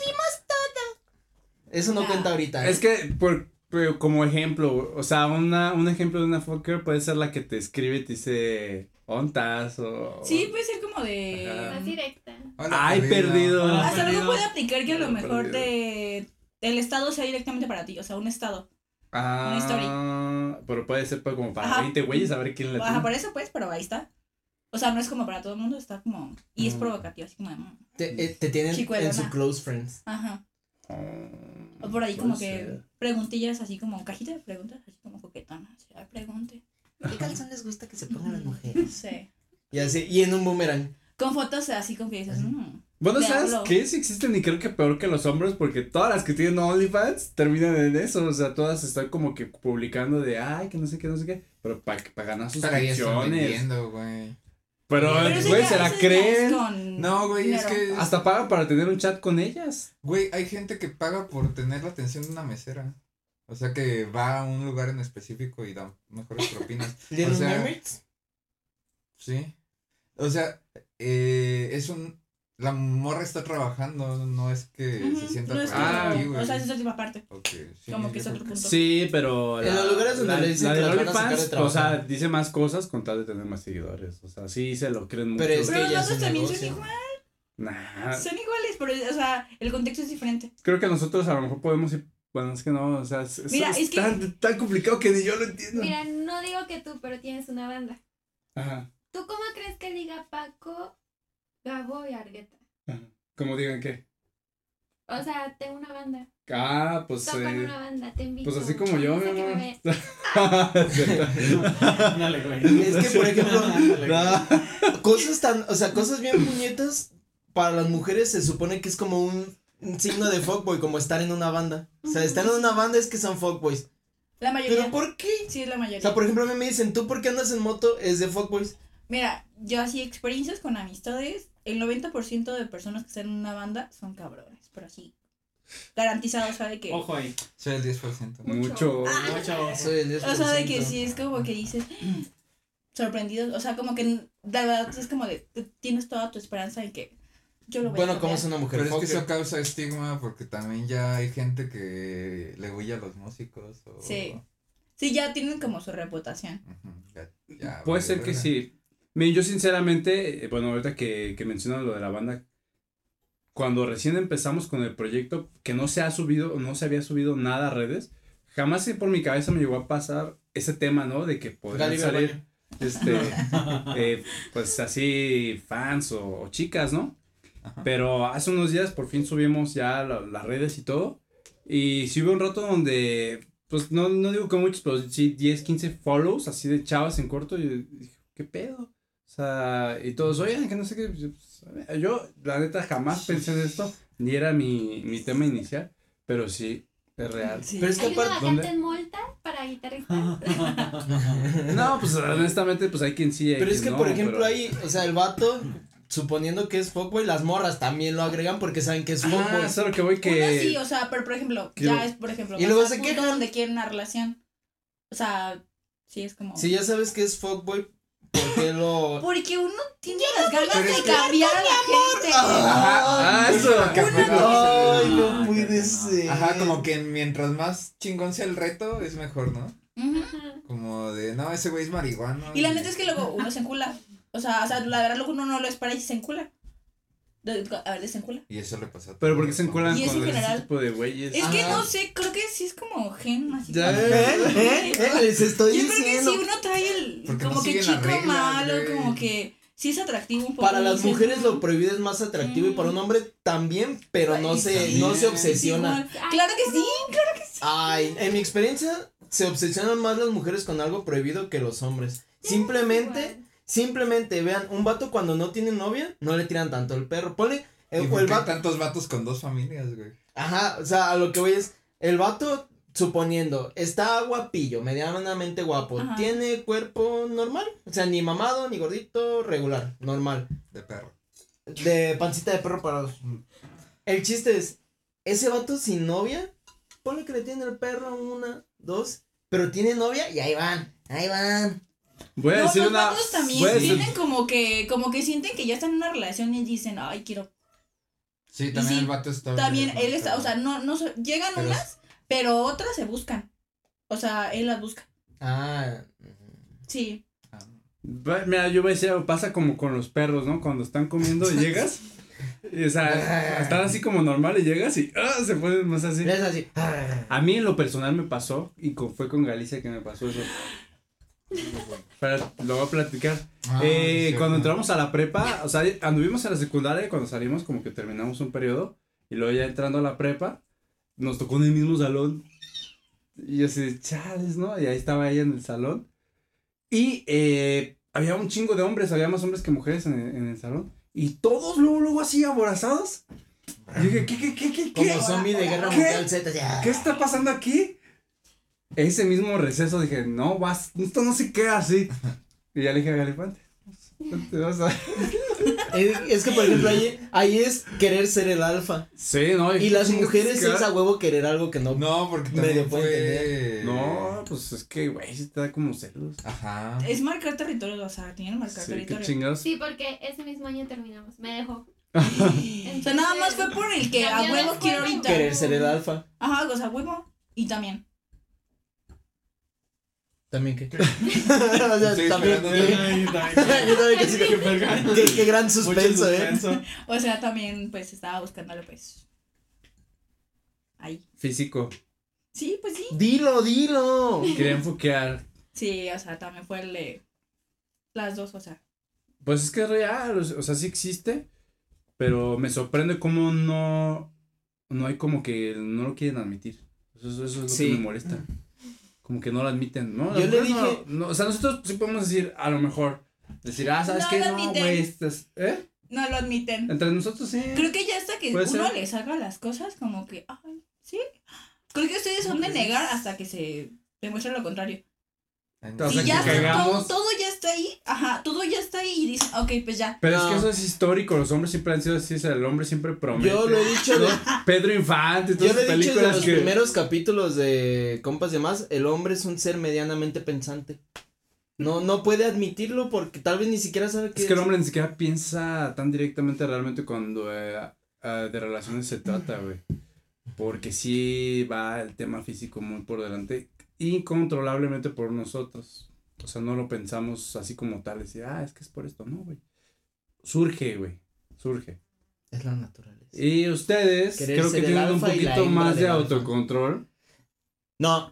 Eso no Ah. cuenta ahorita. ¿eh? Es que, por, por- como ejemplo, o sea, una, un ejemplo de una fucker puede ser la que te escribe y te dice ontas o. Sí, puede ser como de. Ajá. Más directa. Hola, Ay, perdido. Hola. Hasta luego perdido. puede aplicar que a lo Hola, mejor perdido. de. El estado sea directamente para ti, o sea, un estado. Ah, una story. pero puede ser pues, como para Ajá. veinte güeyes a ver quién le Ajá, tiene. por eso pues, pero ahí está. O sea, no es como para todo el mundo, está como. Y es Mm. provocativo, así como de. mm, Te, eh, te tienen Chicuelona. en su close friends. Ajá. Oh, O por ahí puede como que ser. preguntillas así como cajita de preguntas, así como coquetonas. O sea, pregunte. ¿Qué calzón les gusta que se pongan las No mujeres? sé. Y así, y en un boomerang. Con fotos así como que dices, Así. mmm. Bueno, Le ¿sabes hablo. qué? Sí existen y creo que peor que los hombres porque todas las que tienen OnlyFans terminan en eso, o sea, todas están como que publicando de, ay, que no sé qué, no sé qué, pero para ganar Pero ahí están suscripciones. vendiendo, güey. Pero, Pero eso güey, ya- se la eso ya creen. es con No, güey, es dinero. que. Hasta pagan para tener un chat con ellas. Güey, hay gente que paga por tener la atención de una mesera. O sea que va a un lugar en específico y da mejores propinas. Little O sea, Mermaids. Sí. O sea, eh, es un. La morra está trabajando, no es que Ujú, se sienta no es atraída Ah, a ti, como, güey. o sea, es esa última parte. Ok, sí, como que yo es otro creo punto. Sí, pero. En los lugares donde la, le dicen la que de las van a sacar de OnlyFans, o sea, trabajar. dice más cosas con tal de tener más seguidores. O sea, sí se lo creen mucho. Pero es Pero que ya los es un otros también son negocio. igual. Nah, Son iguales, pero, o sea, el contexto es diferente. creo que nosotros a lo mejor podemos ir. Bueno, es que no, o sea, es, es- Mira, es es que- tan, tan complicado que ni yo lo entiendo. Mira, no digo que tú, pero tienes una banda. Ajá, ¿Tú cómo crees que diga Paco, Gabo y Argueta? ajá. Como digan que. O sea, tengo una banda. Ah, pues. Toco en Eh, una banda, te invito. pues así como yo, No sé mi que me amor. ve. Ándale, güey. Es que, por ejemplo, Ándale, güey. No. cosas tan, o sea, cosas bien puñetas, para las mujeres se supone que es como un, un signo de fuckboy, como estar en una banda. O sea, estar en una banda es que son fuckboys. La mayoría. ¿Pero por qué? Sí, es la O mayoría. sea, por ejemplo, a mí me dicen, ¿tú por qué andas en moto? Es de fuckboys. Mira, yo así experiencias con amistades, el noventa por ciento de personas que están en una banda son cabrones, pero así garantizado, o sea, de que Ojo ahí. Soy el diez por ciento. Mucho. Mucho. Soy el diez por o sea, de ciento. que sí es como que dices sorprendido, o sea, como que de verdad es como de te- tienes toda tu esperanza en que yo lo voy Bueno, a ¿cómo cambiar. es una mujer Pero es que fucker? eso causa estigma porque también ya hay gente que le huye a los músicos o... Sí. Sí, ya tienen como su reputación. Ujú, ya- ya Puede valió ser que verga. sí. Miren, yo sinceramente, eh, bueno, ahorita que, que mencionan lo de la banda, cuando recién empezamos con el proyecto, que no se ha subido, no se había subido nada a redes, jamás por mi cabeza me llegó a pasar ese tema, ¿no? De que podrían Gali, salir, este, eh, pues así, fans o, o chicas, ¿no? Ajá. Pero hace unos días por fin subimos ya la- las redes y todo, y sí hubo un rato donde, pues no, no digo que muchos, pero sí diez, quince follows, así de chavas en corto, y yo dije, ¿qué pedo? O sea, y todos, oigan, que no sé qué. Yo, pues, a ver, yo, la neta, jamás pensé en esto, ni era mi, mi tema inicial, pero sí, es real. Sí. Pero es que Hay una aparte, vacante ¿dónde? en Molta para guitarristas. No, pues honestamente, pues hay quien sí. hay pero es quien que, no, por ejemplo, pero- ahí, o sea, el vato, suponiendo que es fuckboy, las morras también lo agregan porque saben que es Ah, fuckboy. solo que voy Una que. sí, o sea, pero por ejemplo, Quiero- ya es, por ejemplo, Y más luego al se punto quejan. donde quieren una relación. O sea, sí es como. Si ya sabes que es fuckboy, ¿por qué lo...? Porque uno tiene las ganas Pero es de que- cambiar a la gente. Ah, Ay, eso. Ay, no puede ser. Ajá, como que mientras más chingón sea el reto, es mejor, ¿no? Ujú. Como de, no, ese güey es marihuano. Y la neta es que luego uno se encula. O sea, o sea, la verdad luego uno no lo espera y se encula. De- a ver, se encula. Y eso le pasa a Pero todos porque se los encuentran Y es con en ese general. tipo de güeyes. Es que Ajá. no sé, creo que sí es como gen así. Ya como- ves. ¿Eh? ¿Eh? Les estoy Yo creo que diciendo. si uno trae el Porque como no que siguen chico las reglas, malo, güey. como que sí es atractivo un poco. Para las dices, mujeres "No". lo prohibido es más atractivo y para un hombre también, pero no Ay, se, sí. no se Sí, obsesiona. igual. Claro que sí. Ay, en mi experiencia se obsesionan más las mujeres con algo prohibido que los hombres. Simplemente, simplemente vean, un vato cuando no tiene novia, no le tiran tanto el perro. Ponle, ¿Y el, o por el qué hay vato, tantos vatos con dos familias, güey? ajá, o sea, a lo que voy es, el vato, suponiendo, está guapillo, medianamente guapo, Ajá. tiene cuerpo normal, o sea, ni mamado, ni gordito, regular, normal. De perro. De pancita de perro para los... El chiste es, ese vato sin novia, ponle que le tiene el perro una, dos, pero tiene novia y ahí van, ahí van. Voy a No, decir los una. vatos también voy a decir- tienen como que, como que sienten que ya están en una relación y dicen, ay, quiero. Sí, también sí, el vato está. También bien, él está, pero- o sea, no, no, so- llegan Pero unas, pero otras se buscan. O sea, él las busca. Ah, Sí. Ah, Va- Mira, yo voy a decir, pasa como con los perros, ¿no? Cuando están comiendo y llegas. Y, o sea, están así como normal y llegas y ah, se ponen más así. es así. A mí en lo personal me pasó, y con- fue con Galicia que me pasó eso. Pero lo voy a platicar. Ah, eh, cierto. cuando entramos a la prepa, o sea, anduvimos en la secundaria y cuando salimos como que terminamos un periodo. Y luego ya entrando a la prepa, nos tocó en el mismo salón. Y yo así, chales, ¿no? Y ahí estaba ella en el salón. Y eh, había un chingo de hombres, había más hombres que mujeres en el, en el salón. Y todos luego, luego así aborazados. Y dije, ¿qué, qué, qué, qué, qué? Como zombie de Guerra ¿Qué? Mundial Z. ya. ¿Qué está pasando aquí? Ese mismo receso dije, no, vas, esto no se queda así. Y ya le dije a Galipante, te vas a... Es, es que, por ejemplo, ahí, ahí es querer ser el alfa. Sí, no. Y las chingas, mujeres ¿qué? es a huevo querer algo que no. No, porque Medio también puede fue. No, pues es que, güey, sí te da como celos. Ajá. Es marcar territorio, o sea, tienen que marcar Sí, qué territorio. chingados. Sí, porque ese mismo año terminamos. Me dejó. O sea, nada más fue por el que a Cambió de huevo quiero escuela. ahorita. Querer ser el alfa. Ajá, o sea, huevo. Y también. También que. O sea, Estoy también. esperando. ¿qué? Ay, Yo también que sí, Qué verga. qué, qué gran Mucho suspenso, eh. suspenso. O sea, también, pues, estaba buscándole, pues. Ahí. Físico. Sí, pues sí. Dilo, dilo. Quería enfoquear. Sí, o sea, también fue el de. Las dos, o sea. Pues es que es real, o sea, o sea, sí existe. Pero me sorprende cómo no. no hay como que no lo quieren admitir. Eso, eso es lo Sí. que me molesta. Como que no lo admiten, ¿no? Yo Las le mujeres no- dije- no, o sea, nosotros sí podemos decir, a lo mejor, decir, ah, ¿sabes No qué? lo No, admiten. güey, estás, ¿eh? No lo admiten. Entre nosotros sí. Creo que ya hasta que Puede uno ser. les haga las cosas como que, ay, sí. Creo que ustedes son de negar hasta que se demuestre lo contrario. O sea, Y que ya está, caigamos. todo, todo ya está ahí, ajá, todo ya está ahí y dicen, ok, pues ya. Pero es No. que eso es histórico, los hombres siempre han sido así, o sea, el hombre siempre promete. Yo lo he dicho de, Pedro Infante, yo todas lo esas he dicho de películas los que... primeros capítulos de Compas de Más, el hombre es un ser medianamente pensante. No, no puede admitirlo porque tal vez ni siquiera sabe qué Es que el hombre ni siquiera piensa tan directamente realmente cuando eh, eh, de relaciones se trata, güey. Porque sí va el tema físico muy por delante, incontrolablemente por nosotros. O sea, no lo pensamos así como tal, decir, ah, es que es por esto, no, güey. Surge, güey, surge. Es la naturaleza. Y ustedes Querer creo que ser el tienen un alfa y la poquito hembra más de del alfa. autocontrol, No,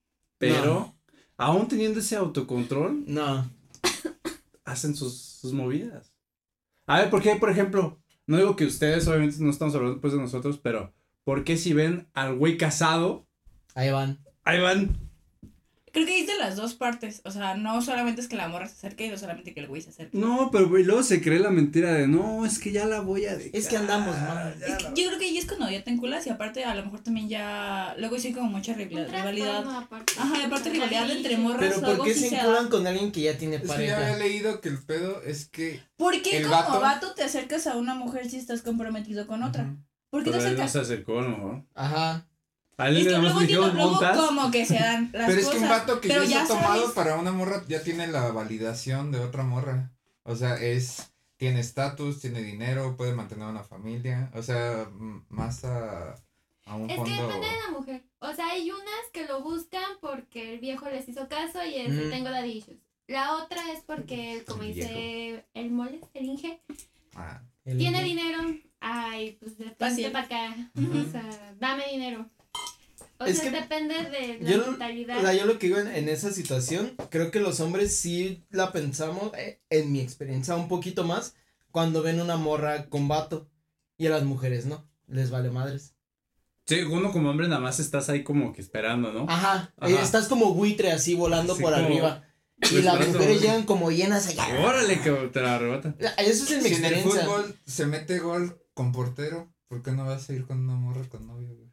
pero aún teniendo ese autocontrol, no. hacen sus, sus movidas. A ver, ¿por qué, por ejemplo, no digo que ustedes, obviamente no estamos hablando pues de nosotros, pero ¿por qué si ven al güey casado, Ahí van. ahí van? Creo que dice las dos partes, o sea, no solamente es que la morra se acerque y no solamente que el güey se acerque. No, pero güey, luego se cree la mentira de, no, es que ya la voy a dejar. Es que andamos mal. Es que yo creo que ahí es cuando ya te enculas y aparte a lo mejor también ya, luego sí como mucha Un rival- trastorno rivalidad. aparte. Ajá, y aparte rivalidad entre morras. Pero ¿por luego qué sí se se enculan da. con alguien que ya tiene Es que yo había pareja? leído que el pedo es que. ¿Por qué el como vato- vato te acercas a una mujer si estás comprometido con otra? Ujú. ¿Por qué te Pero él no acercas? se acercó, a lo mejor. Ajá. A Es él que nada más luego, le entiendo, dijeron luego montas. como que se dan las Pero es cosas. que un vato que pero ya ya está tomado sabes- para una morra ya tiene la validación de otra morra. O sea, es. Tiene estatus, tiene dinero, puede mantener una familia. O sea, m- más a. A un Es que fondo. depende de la mujer. O sea, hay unas que lo buscan porque el viejo les hizo caso y es Ujú. tengo daddy issues. La otra es porque, como El dice el mole, el Inge, Ah, El- tiene dinero. Ay, pues de Fácil. para acá. Ujú. O sea, dame dinero. O Es sea, que depende de la yo, mentalidad. o sea, yo lo que digo en, en esa situación, creo que los hombres sí la pensamos, eh, en mi experiencia, un poquito más, cuando ven una morra con vato, y a las mujeres no, les vale madres. Sí, uno como hombre nada más estás ahí como que esperando, ¿no? Ajá, Ajá. eh, estás como buitre así volando Así por como- arriba, y las Esperando. mujeres llegan como llenas allá. Órale, que te la arrebatan. Eso es en mi si en el experiencia. fútbol se mete gol con portero, ¿por qué no vas a ir con una morra con novio, güey?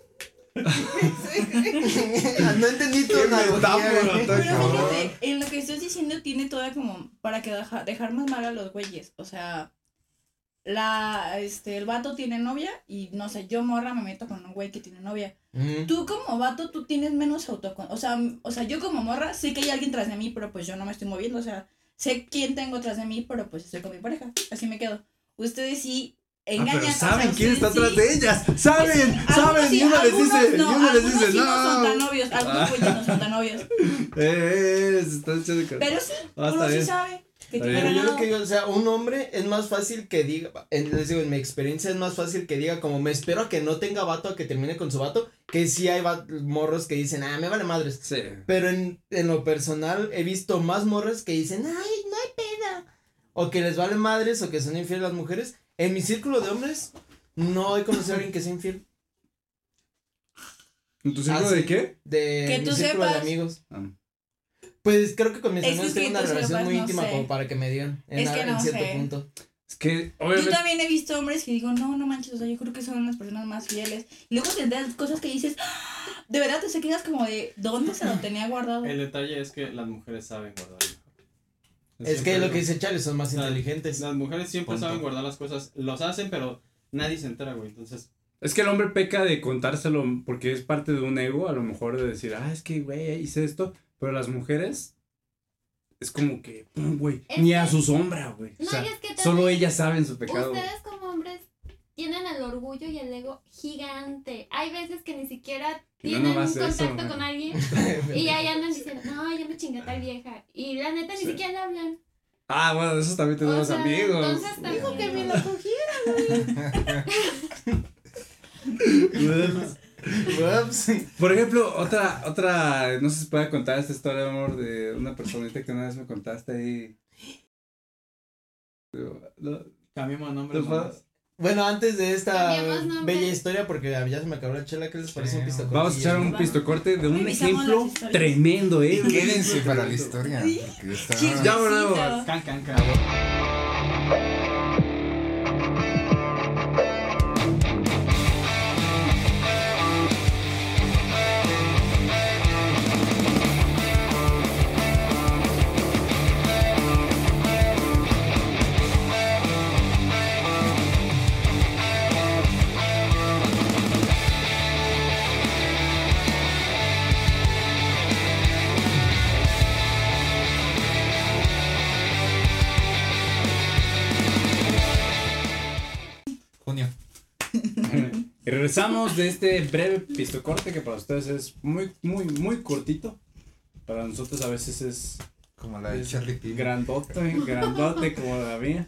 No entendí tu Qué analogía, metáfora, güey. está Pero cabrón. fíjate, en lo que estás diciendo tiene toda como para que deja- dejar más mal a los güeyes. O sea, la, este, el vato tiene novia y no sé, yo morra me meto con un güey que tiene novia. Ujú. Tú como vato, tú tienes menos autocon... O sea, m- o sea, yo como morra sé que hay alguien tras de mí, pero pues yo no me estoy moviendo. O sea, sé quién tengo tras de mí, pero pues estoy con mi pareja. Así me quedo. Ustedes sí Ah, engañan. pero o sea, saben quién está ustedes atrás sí- de ellas. Saben, Algunos saben. sí, y uno les algunos dice, no, y uno les algunos dice, sí no son tan no. novios. Algunos güeyes no son tan novios. Eh, eh, se están echando cara. Pero sí, Ah, está uno sí bien. sabe que Está tiene Pero yo ganado. lo que digo, o sea, un hombre es más fácil que diga, en- les digo, en mi experiencia es más fácil que diga como me espero a que no tenga vato, a que termine con su vato, que sí hay va- morros que dicen, ah, me vale madres. Sí. Pero en, en lo personal he visto más morros que dicen, ay, no hay pena. O que les vale madres o que son infieles las mujeres. En mi círculo de hombres no he conocido a alguien que sea infiel. ¿En tu círculo Ah, de sí. qué? De Que mi tú círculo de sepas. amigos. Ah. Pues creo que con mis Es amigos que tengo una tú relación sepas, muy no íntima sé. como para que me digan en, Es que en no cierto sé. punto. Es que, Yo obviamente. también he visto hombres que digo, no, no manches, o sea, yo creo que son las personas más fieles. Y luego te das cosas que dices, "Ah", de verdad te se quedas como de, ¿dónde se lo tenía guardado? El detalle es que las mujeres saben guardar. Es que lo que dice Charles son más Las- inteligentes. Las mujeres siempre Punto. saben guardar las cosas. Los hacen, pero nadie se entera, güey. Entonces, Es que el hombre peca de contárselo porque es parte de un ego, a lo mejor de decir, ah, es que, güey, hice esto. Pero las mujeres es como que, pum, güey, Es ni a que- su sombra, güey. O No, sea, y es que también solo ellas saben su pecado. ustedes como hombres tienen el orgullo y el ego gigante. Hay veces que ni siquiera Que no tienen un nomás eso, contacto güey. con alguien y ahí andan diciendo, no, yo me chingué a tal vieja. Y la neta ni Sí. siquiera le hablan. Ah, bueno, esos también tenemos O sea, amigos. entonces también- Dijo que me lo cogiera. Ups. Por ejemplo, otra, otra, no sé si puede contar esta historia, amor, de una personita que una vez me contaste ahí. No, Cambiamos de nombre ¿Te puedo? nomás. Bueno, antes de esta Cambiamos nombre. bella historia, porque ya se me acabó la chela, ¿qué les parece Sí. un pisto Vamos a echar un Vamos. pistocorte de un Revisamos ejemplo las historias. tremendo, eh. Y quédense para la Tremendo. historia. Porque está... Chismecito. Ya volvemos. Can, can, can. Junio. Y regresamos de este breve pistocorte que para ustedes es muy, muy, muy cortito. Para nosotros a veces es, Como la de es Charlie P. grandote, grandote como la mía.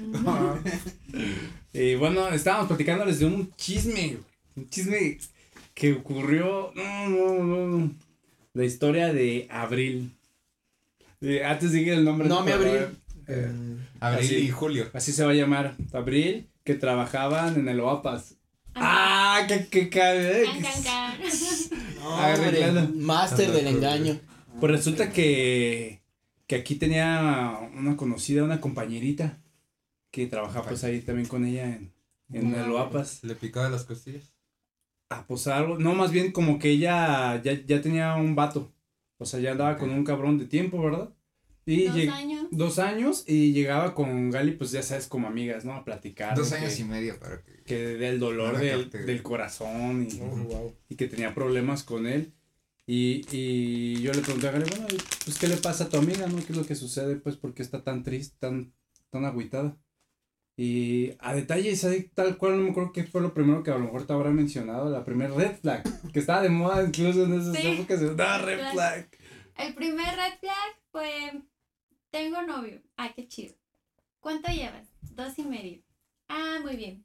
Y bueno, estábamos platicándoles de un chisme, un chisme que ocurrió, no, no, no, no. La historia de Abril. Eh, Antes dije el nombre. No, mi pero, Abril. eh, Eh, Abril Así. y Julio. Así se va a llamar. Abril, que trabajaban en el OAPAS. Ah. Ah, que, que, que, Can, can, can. no, Arreglando. hombre, máster del engaño. Pues resulta que, que aquí tenía una conocida, una compañerita, que trabajaba pues ahí también con ella en, en el OAPAS. Le picaba las costillas. Ah, pues algo, no, más bien como que ella ya, ya tenía un vato. O sea, ya andaba con un cabrón de tiempo, ¿verdad? Y Dos lleg- años. Dos años y llegaba con Gali, pues ya sabes, como amigas, ¿no? A platicar. Dos de años que- y medio para que... que del dolor Para del, que te- del corazón y, Oh, wow. y que tenía problemas con él. Y, y yo le pregunté a Gali, bueno, pues ¿qué le pasa a tu amiga, no? ¿Qué es lo que sucede? Pues ¿por qué está tan triste, tan, tan agüitada? Y a detalle, ¿sabes? Tal cual, no me acuerdo qué fue lo primero que a lo mejor te habrá mencionado, la primer red flag, que estaba de moda incluso en esas Sí, épocas. No, red red flag. flag. El primer red flag fue, tengo novio. Ah, qué chido. ¿Cuánto llevas? Dos y medio. Ah, muy bien.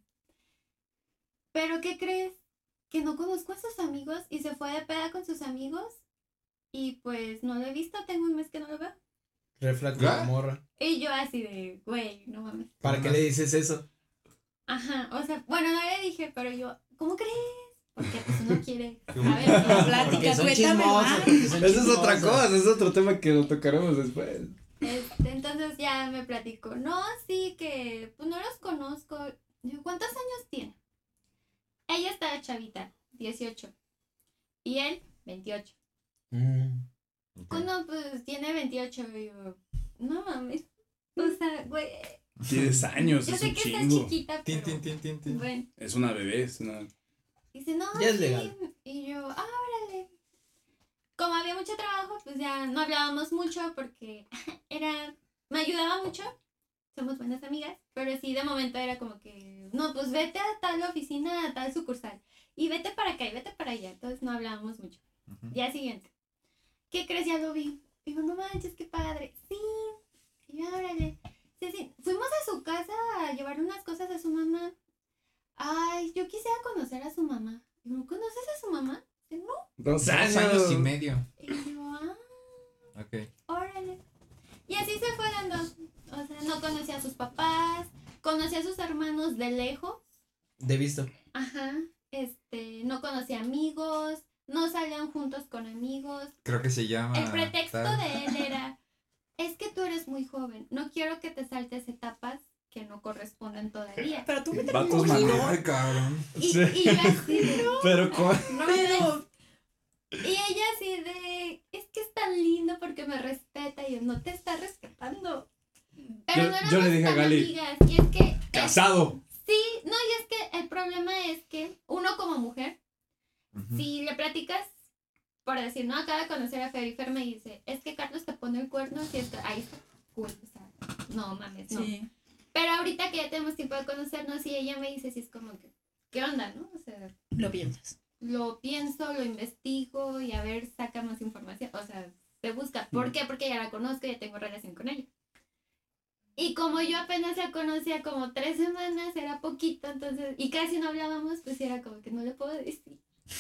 ¿Pero qué crees? Que no conozco a sus amigos y se fue de peda con sus amigos y pues no lo he visto, tengo un mes que no lo veo. Reflag de la ¿Ah? morra. Y yo así de, güey, no mames. ¿Para qué le dices eso? Ajá, o sea, bueno, no le dije, pero yo, ¿cómo crees? Porque pues uno quiere saber. La ¿no? plática, Porque son cuéntame chismosos. más. porque son Esa es otra chismosos. cosa, es otro tema que lo tocaremos después. Este, entonces ya me platicó, no, sí, que pues no los conozco. Digo, ¿cuántos años tiene? Ella está chavita, dieciocho. Y él, veintiocho. Mm. Pues no, pues tiene veintiocho. Y yo, no mames. O sea, güey, diez años, yo es sé un que está chingo. chiquita, Tin, pero tin, tin, tin, tin. bueno. Es una bebé, es una... Dice, no, Ya es sí. legal. Y yo, ah, órale. Como había mucho trabajo, pues ya no hablábamos mucho porque era, me ayudaba mucho. Somos buenas amigas, pero sí, de momento era como que, no, pues vete a tal oficina, a tal sucursal. Y vete para acá y vete para allá. Entonces no hablábamos mucho. Ujú. Día siguiente. ¿Qué crees? Ya lo vi. Digo, no manches, qué padre. Sí. Y yo, órale. Sí, sí. Fuimos a su casa a llevar unas cosas a su mamá. Ay, yo quisiera conocer a su mamá. Digo, ¿conoces a su mamá? Dice, no. Dos Dos años. años y medio. Y yo, ah, Ok. órale. Y así se fue dando. O sea, no conocía a sus papás. Conocía a sus hermanos de lejos. De visto. Ajá. Este, no conocía amigos. No salían juntos con amigos. Creo que se llama... El pretexto tal- de él era, es que tú eres muy joven, no quiero que te saltes etapas que no corresponden todavía. Pero tú me Vatos terminas. manejan. Ay, cabrón. Y, Sí. y yo así de, Pero con... no, Pero, y ella así de, es que es tan lindo porque me respeta y yo, no te está respetando. Pero Yo- no éramos yo le dije a tan Gali, amigas, y es que, ¡Casado! sí, no, y es que el problema es que uno como mujer, Ujú. si le platicas, por decir, no, acaba de conocer a Fer y Fer me dice, es que Carlos te pone el cuerno, si es que ahí está, cool, o sea, no mames, no. sí. Pero ahorita que ya tenemos tiempo de conocernos y ella me dice, si es como que, ¿qué onda, no? O sea, Lo piensas. lo pienso, lo investigo y a ver, saca más información, o sea, se busca. ¿Por qué? Porque ya la conozco y ya tengo relación con ella. Y como yo apenas la conocía como tres semanas, era poquito, entonces, y casi no hablábamos, pues era como que no le puedo decir.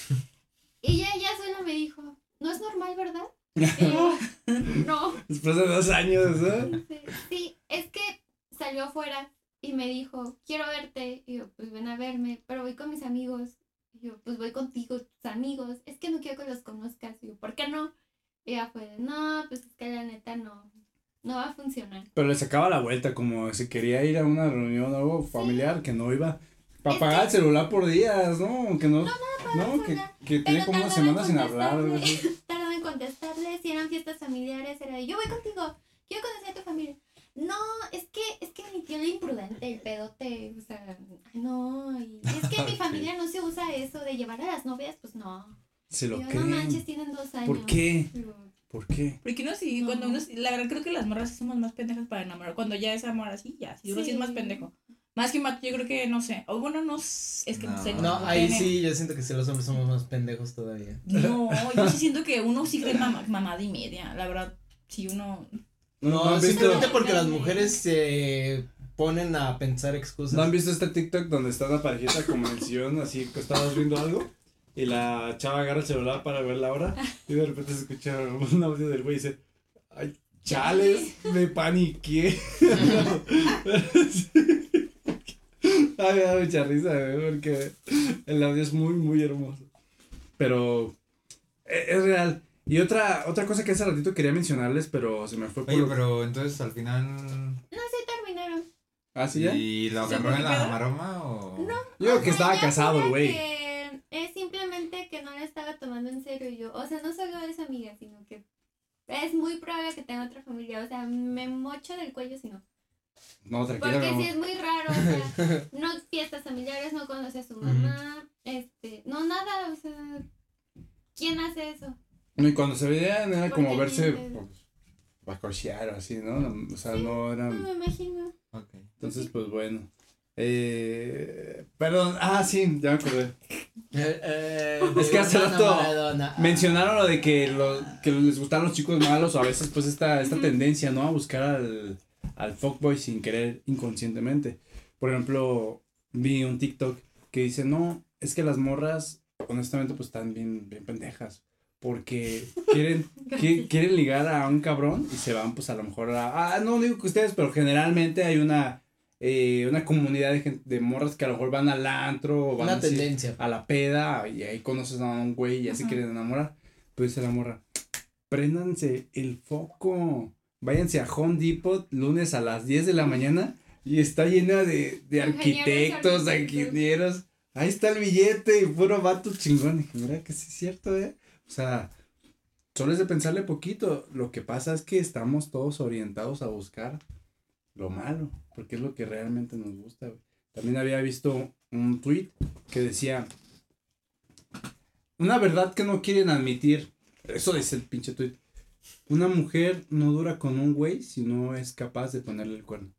Y ya ella solo me dijo, no es normal, ¿verdad? Y yo, no. Después de dos años, ¿eh? Sí, sí, es que salió afuera y me dijo, quiero verte. Y yo, pues ven a verme, pero voy con mis amigos. Y yo, pues voy contigo, tus amigos. Es que no quiero que los conozcas. Y yo, ¿por qué no? Y ella fue, no, pues es que la neta no, no va a funcionar. Pero le sacaba la vuelta, como si quería ir a una reunión o algo familiar, sí. Que no iba. Para Es pagar que- el celular por días, ¿no? Que no, No, no, que, celular. que tenía como una tardaba en semana sin hablar. algo contestarle, así. Tardaba en contestarle, si eran fiestas familiares, era de, yo voy contigo, quiero conocer a tu familia. No, es que, es que mi tío era imprudente, el pedote, o sea, ay, no, y es que en mi Ok. familia no se usa eso de llevar a las novias, pues no. Se lo Yo, no creen. manches, tienen dos años. ¿Por qué? Digo, ¿Por qué? Porque uno sí, No. cuando uno, sí- la verdad creo que las morras sí somos más pendejas para enamorar. Cuando ya es amor así, ya, si uno sí es más Sí. pendejo. Más que un vato, yo creo que, no sé, o bueno, no s- es que no, No. sé. No, ahí tiene- sí, yo siento que sí, los hombres somos más pendejos todavía. No, yo sí siento que uno sí cree mama- mamada y media, la verdad, si uno... No, han visto, simplemente porque las mujeres se ponen a pensar excusas. ¿no han visto este TikTok donde está una parejita como en el sillón, así acostados viendo algo? Y la chava agarra el celular para ver la hora y de repente se escucha un audio del güey y dice, ay, chales, me paniqué. Ay, me da mucha risa, güey, porque el audio es muy, muy hermoso. Pero e- es real. Y otra, otra cosa que hace ratito quería mencionarles, pero se me fue por... Oye, pero entonces al final. no sé, terminaron. ¿Ah, sí ya? ¿Y lo ¿Sí, agarró por en qué la pedo? maroma o.? No. Yo creo O que sea, estaba ella casado el jura güey. que es simplemente que no la estaba tomando en serio yo. O sea, no solo es amiga, sino que es muy probable que tenga otra familia. O sea, me mocho del cuello si no. No, tranquila, Porque no. sí es muy raro, o sea, no fiestas familiares, no conoce a su mamá, este, no nada, o sea, ¿quién hace eso? Y cuando se veían era como Porque verse mientes. pues, bacochear o así, ¿no? O sea, no era... No me imagino. Ok. Entonces, pues bueno. Eh, perdón, ah, sí, ya me acordé. Eh, eh, Es que hace Maradona, rato Maradona. Mencionaron lo de que, lo, que les gustan los chicos malos o a veces pues esta, esta Ujú. tendencia, ¿no? A buscar al, al fuckboy sin querer inconscientemente. Por ejemplo, vi un TikTok que dice, no, es que las morras, honestamente, pues están bien, bien pendejas. Porque quieren, qui- quieren ligar a un cabrón y se van pues a lo mejor a... Ah, no digo que ustedes, pero generalmente hay una, eh, una comunidad de, gente, de morras que a lo mejor van al antro o van Una así tendencia. a la peda y ahí conoces a un güey y ya se Ajá. quieren enamorar. Pues dice la morra, préndanse el foco, váyanse a Home Depot lunes a las diez de la mañana y está llena de, de Ingenieros, arquitectos, arquitectos. ingenieros. Ahí está el billete y puro vato chingón. Y dije, mira que sí es cierto, ¿eh? O sea, solo es de pensarle poquito. Lo que pasa es que estamos todos orientados a buscar lo malo, porque es lo que realmente nos gusta, güey. También había visto un tweet que decía, una verdad que no quieren admitir, eso dice el pinche tweet, una mujer no dura con un güey si no es capaz de ponerle el cuerno.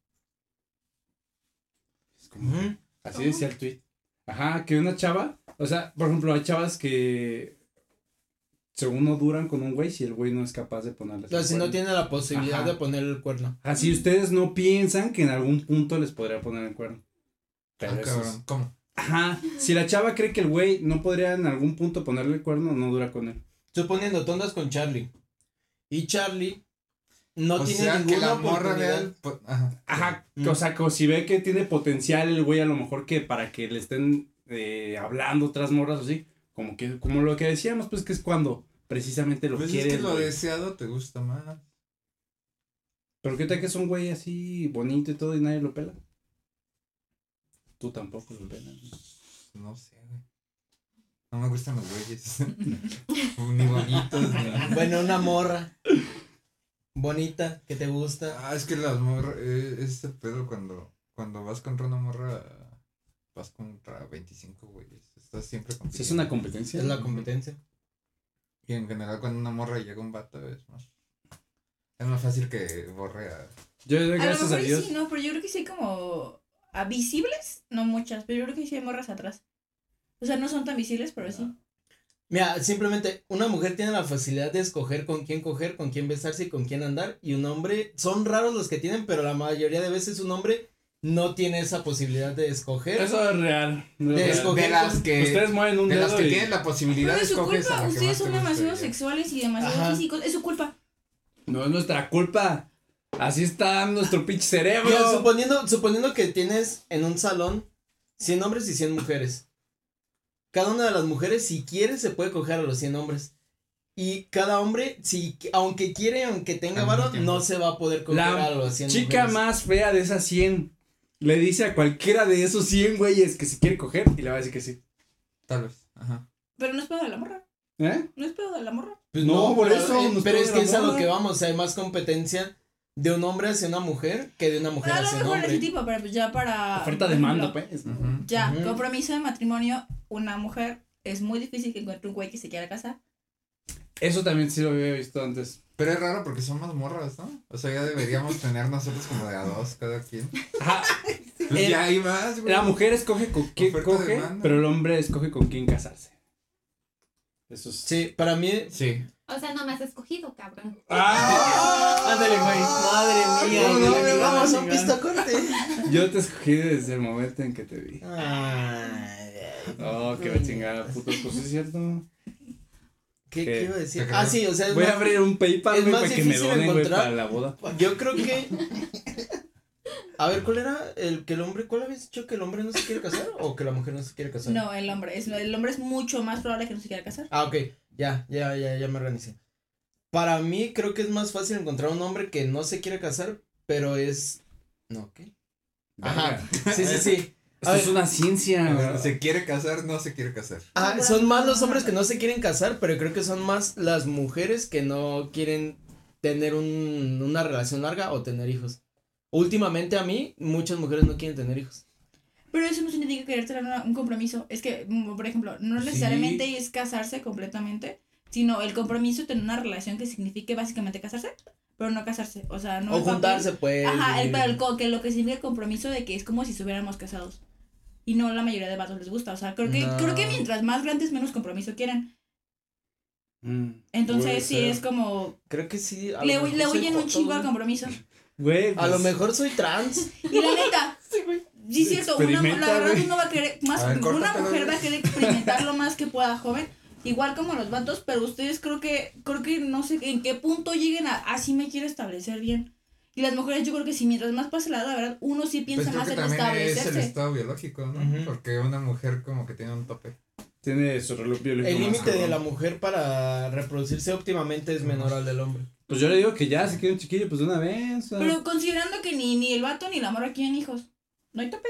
Es como, Ujú. así decía el tweet. Ajá, que una chava, o sea, por ejemplo, hay chavas que según no duran con un güey si el güey no es capaz de ponerle O sea, si no tiene la posibilidad Ajá. de poner el cuerno. Así ustedes no piensan que en algún punto les podría poner el cuerno. Pero Ah, eso es- cabrón. ¿Cómo? Ajá, si la chava cree que el güey no podría en algún punto ponerle el cuerno, no dura con él. Suponiendo, tú andas con Charlie. Y Charlie no o tiene sea, ninguna que la morra vea oportunidad. el po- Ajá. Ajá, Mm. o sea, como si ve que tiene potencial el güey a lo mejor que para que le estén eh, hablando otras morras o así, como que, como lo que decíamos, pues que es cuando precisamente lo Pues quiere es que el lo güey. deseado te gusta más. Pero qué tal que es un güey así bonito y todo y nadie lo pela. Tú tampoco lo pelas. No sé, güey. No me gustan los güeyes. Ni bonitos, ni. Bueno, una morra. Bonita, que te gusta. Ah, es que las morras. Eh, es el pedo cuando. Cuando vas contra una morra. Vas contra veinticinco güeyes. Estás siempre con. Si es una competencia. Es la competencia. Y en general, cuando una morra llega un vato, es más. Es más fácil que borre a. Yo, A lo gracias a mejor Dios. sí, no, pero yo creo que sí hay como ah, visibles, no muchas, pero yo creo que sí hay morras atrás. O sea, no son tan visibles, pero sí. Mira, simplemente una mujer tiene la facilidad de escoger con quién coger, con quién besarse y con quién andar. Y un hombre, son raros los que tienen, pero la mayoría de veces un hombre no tiene esa posibilidad de escoger. Eso es real. no es De real. escoger De las con- que. Ustedes mueven un de las dedo que y- tienen la posibilidad Pero de es su escoges a culpa, la que ustedes más te son guste, demasiado ya. sexuales y demasiado Ajá. físicos, es su culpa. No es nuestra culpa. Así está nuestro pinche cerebro. Mira, suponiendo, suponiendo que tienes en un salón cien hombres y cien mujeres. Cada una de las mujeres, si quiere, se puede coger a los cien hombres. Y cada hombre, si aunque quiere, aunque tenga Al varo, mismo tiempo. no se va a poder coger La a los cien chica mujeres. más fea de esas cien le dice a cualquiera de esos cien güeyes que si quiere coger y le va a decir que sí. Tal vez. Ajá. Pero no es pedo de la morra. ¿Eh? No es pedo de la morra. Pues No, por pero, eso, eh, nos pero puede es que es a lo enamorar. que vamos, o sea, hay más competencia de un hombre hacia una mujer que de una mujer A lo hacia un mejor ese hombre. tipo, pero pues ya para. Oferta por demanda, ejemplo, pues. Ujú. Ya, Ujú. compromiso de matrimonio, una mujer es muy difícil que encuentre un güey que se quiera casar. Eso también sí lo había visto antes. Pero es raro porque son más morras, ¿no? O sea, ya deberíamos tener nosotros como de a dos cada quien. Ajá. Pues Eh, ya hay más, güey. La mujer escoge con quién Oferta coge, demanda. pero el hombre escoge con quién casarse. Eso es. Sí, para mí. Sí. O sea, no me has escogido, cabrón. ¡Ah! Ándale, güey. Madre mía, No, no, güey, no, vamos no, a un no. pistocorte. Yo te escogí desde el momento en que te vi. Ay, Oh, qué va chingada, puto. Pues es cierto. ¿Qué, ¿Qué? ¿Qué iba a decir? ¿Te creo? Ah, sí, o sea, es Voy a más- abrir un PayPal, es güey, más para que me difícil donen, güey, encontrar- para la boda. Yo creo que. A ver, ¿cuál era el que el hombre, cuál habías dicho que el hombre no se quiere casar o que la mujer no se quiere casar? No, el hombre. Es, el hombre es mucho más probable que no se quiera casar. Ah, ok, ya, ya, ya, ya me organicé. Para mí creo que es más fácil encontrar un hombre que no se quiere casar, pero es. No, ¿qué? Ajá, Verga. sí, sí, sí. A Esto ver, es una ciencia. Se quiere casar, no se quiere casar. ah, son más los hombres que no se quieren casar, pero creo que son más las mujeres que no quieren tener un, una relación larga o tener hijos. Últimamente a mí, muchas mujeres no quieren tener hijos. Pero eso no significa querer tener una- un compromiso. Es que, mm, por ejemplo, no Sí. necesariamente es casarse completamente, sino el compromiso de tener una relación que signifique básicamente casarse, pero no casarse. O sea, no. O el papel- juntarse, pues. Ajá, el, y- pero el co- que lo que significa el compromiso de que es como si estuviéramos casados. Y no la mayoría de vatos les gusta. O sea, creo que, No. creo que mientras más grandes, menos compromiso quieren. Mm, Entonces, puede sí ser. es como. Creo que sí. a Le, lo hui- mejor le soy huyen un joto, chingo al güey. compromiso. Güey, A lo pues, mejor soy trans. Y la neta. Sí, es cierto, una, Experimenta, la verdad güey. uno va a querer, más, A ver, una córtatelo, mujer güey. va a querer experimentar lo más que pueda joven, igual como los vatos, pero ustedes creo que, creo que no sé en qué punto lleguen a, así me quiero establecer bien. Y las mujeres yo creo que si mientras más pasa la edad, la verdad, uno sí Pues piensa creo más que en también es el establecerse. estado biológico, ¿no? Ujú. Porque una mujer como que tiene un tope. tiene su reloj biológico El más límite de cabrón. la mujer para reproducirse óptimamente es menor al del hombre. Pues yo le digo que ya se quiere un chiquillo, pues de una vez. o sea. Pero considerando que ni, ni el vato ni la morra quieren hijos, no hay tope.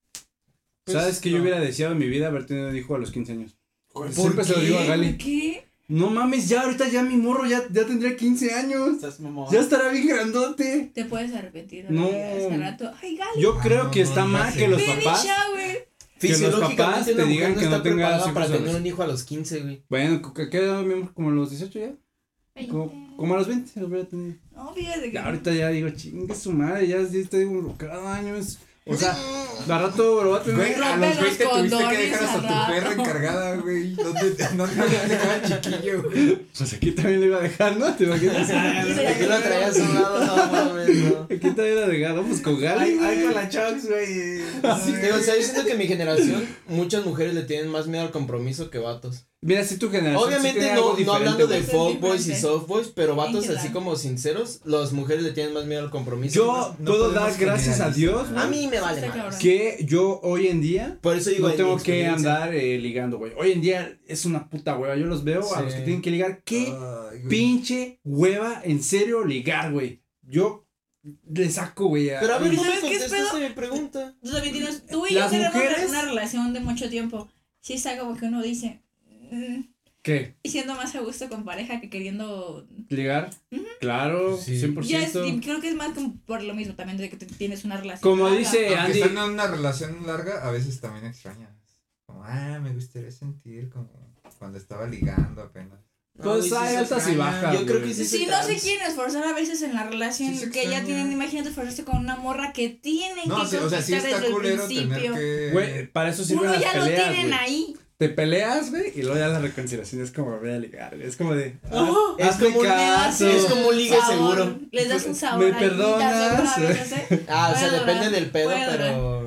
Pues, ¿Sabes que yo no. hubiera deseado en mi vida haber tenido un hijo a los quince años? ¿Por Siempre se lo qué? digo a Gali. ¿Qué? No mames, ya ahorita ya mi morro ya, ya tendría quince años. Estás mamón. Ya estará bien grandote. Te puedes arrepentir. No. Hace rato. Ay, Gali. Yo creo no, que no está digas mal que eso. los Baby papás. shower. Que los Fisiológicamente papás te una mujer digan que no está tengas preparada hijos para a tener los- un hijo a los quince, güey. Bueno, ¿qué edad mi amor? Como a los dieciocho ya. Como, como a los veinte lo hubiera tenido. No, fíjate que. Ya ahorita ya digo, chingue su madre, ya, ya estoy involucrado años. O sea, de rato lo va a tener. Güey, a rompe los los veinte tuviste que condones dejar hasta al tu rato. perra encargada, güey. ¿Dónde dónde dejaba el chiquillo, güey? Pues aquí también lo iba a dejar, ¿no? ¿Te imaginas? Aquí lo traías a un lado, no mames, no. Aquí también lo dejado, pues con Gali. Ay, ay, con la Chocs, güey. Sí, digo, o sea, yo siento que en mi generación muchas mujeres le tienen más miedo al compromiso que vatos. Mira, si tu generación. Obviamente sí tiene no, algo no diferente, hablando de güey. Eso es fuckboys y diferente. softboys, pero vatos En general. así como sinceros, las mujeres le tienen más miedo al compromiso. Yo No puedo podemos dar gracias a generalizar. Dios, A güey, mí me vale Está más. cabrón. que yo hoy en día Por eso digo, no en tengo mi que experiencia. andar eh, ligando, güey. Hoy en día es una puta hueva. Yo los veo a Sí. los que tienen que ligar. ¿Qué Ay, güey. pinche hueva? En serio, ligar, güey. Yo le saco, güey. Pero a ver, no me ¿Sabes qué es contestaste mi pregunta. Tú también tienes, tú y yo Las tenemos mujeres- una relación de mucho tiempo. Sí está como que uno dice, mm, ¿Qué? y siendo más a gusto con pareja que queriendo. ¿Ligar? Claro, Sí. cien por Ya es, ciento. y creo que es más como por lo mismo también de que te- tienes una relación. Como larga. dice Aunque Andy. están en una relación larga, a veces también extrañas. Como, ah, me gustaría sentir como cuando estaba ligando apenas. Pues No, hay sí se altas y extraña. bajas, Yo creo güey. que sí. Si se no se trans. quieren esforzar a veces en la relación Sí se que ya extraña. tienen, imagínate esforzarse con una morra que tienen No, que sí, o sea, sí conquistar está desde el culero tener principio. que... Güey, para eso sirven Uno las ya lo peleas, tienen güey. ahí. Te peleas, güey, y luego ya la reconciliación es como volver a ligar, güey. Es como de. Oh, es hazme como un- caso. es como un ligue Sabor, seguro. Les das un sabor. ¿Me ahí, perdonas? ¿sabes? Ah, o sea, Puede depende durar, del pedo, puede pero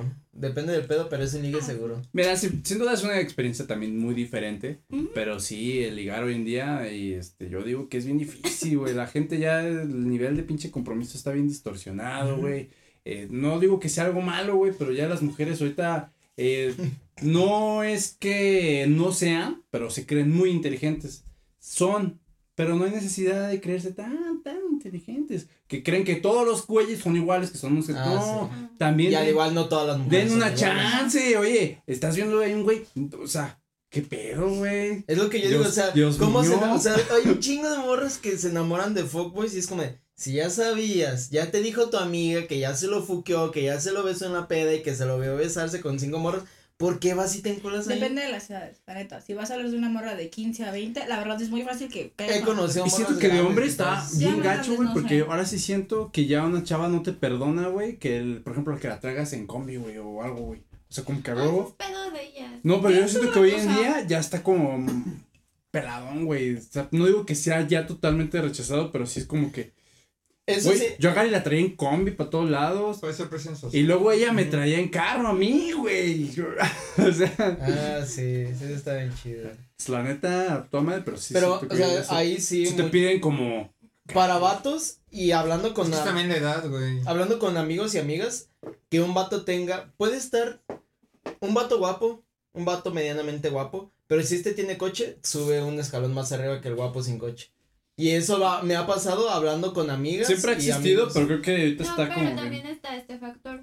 Depende del pedo, pero es un ligue Ah. seguro. Mira, sin, sin duda es una experiencia también muy diferente, Ujú. pero sí, el ligar hoy en día, y este, yo digo que es bien difícil, güey, la gente ya, el nivel de pinche compromiso está bien distorsionado, güey, eh, no digo que sea algo malo, güey, pero ya las mujeres ahorita, eh, no es que no sean, pero se creen muy inteligentes, son, pero no hay necesidad de creerse tan, tan inteligentes, que creen que todos los güeyes son iguales, que son, Ah, no, Ah. también. Y al den- igual no todas las mujeres. Den son una iguales. chance, oye, estás viendo ahí un güey, o sea, ¿qué pedo, güey? Es lo que yo Dios- digo, o sea, Dios ¿cómo mío. se, o sea, hay un chingo de morras que se enamoran de fuckboys y es como de, si ya sabías, ya te dijo tu amiga que ya se lo fuqueó, que ya se lo besó en la peda y que se lo vio besarse con cinco morras, ¿por qué vas y te enculas ahí? Depende de las edades, la neta. Si vas a hablar de una morra de quince a veinte, la verdad es muy fácil que caigas He con- conocido Y siento morras que de grandes hombre que está estás- Ya bien no, gacho, no güey, sé. porque ahora sí siento que ya una chava no te perdona, güey, que el, por ejemplo, que la traigas en combi, güey, o algo, güey. O sea, como que a Ah, eso huevo. es pedo de ellas. No, pero yo Eso siento es que una hoy en cosa. día ya está como mm, peladón, güey. O sea, no digo que sea ya totalmente rechazado, pero sí es como que, Eso güey, sí, yo agarré y la traía en combi para todos lados. Puede ser presión social. Y luego ella me traía en carro a mí, güey. O sea, ah, sí, sí, está bien chido. pues, la neta, toma, pero sí. Pero, siento o que sea, eso- ahí sí, sí te muy- piden como. para vatos y hablando con, Es que a- también la edad, güey. hablando con amigos y amigas, que un vato tenga, puede estar un vato guapo, un vato medianamente guapo, pero si este tiene coche, sube un escalón más arriba que el guapo sin coche. Y eso va, me ha pasado hablando con amigas. Siempre ha y existido, amigos. pero creo que ahorita No, está pero como. que- también está este factor.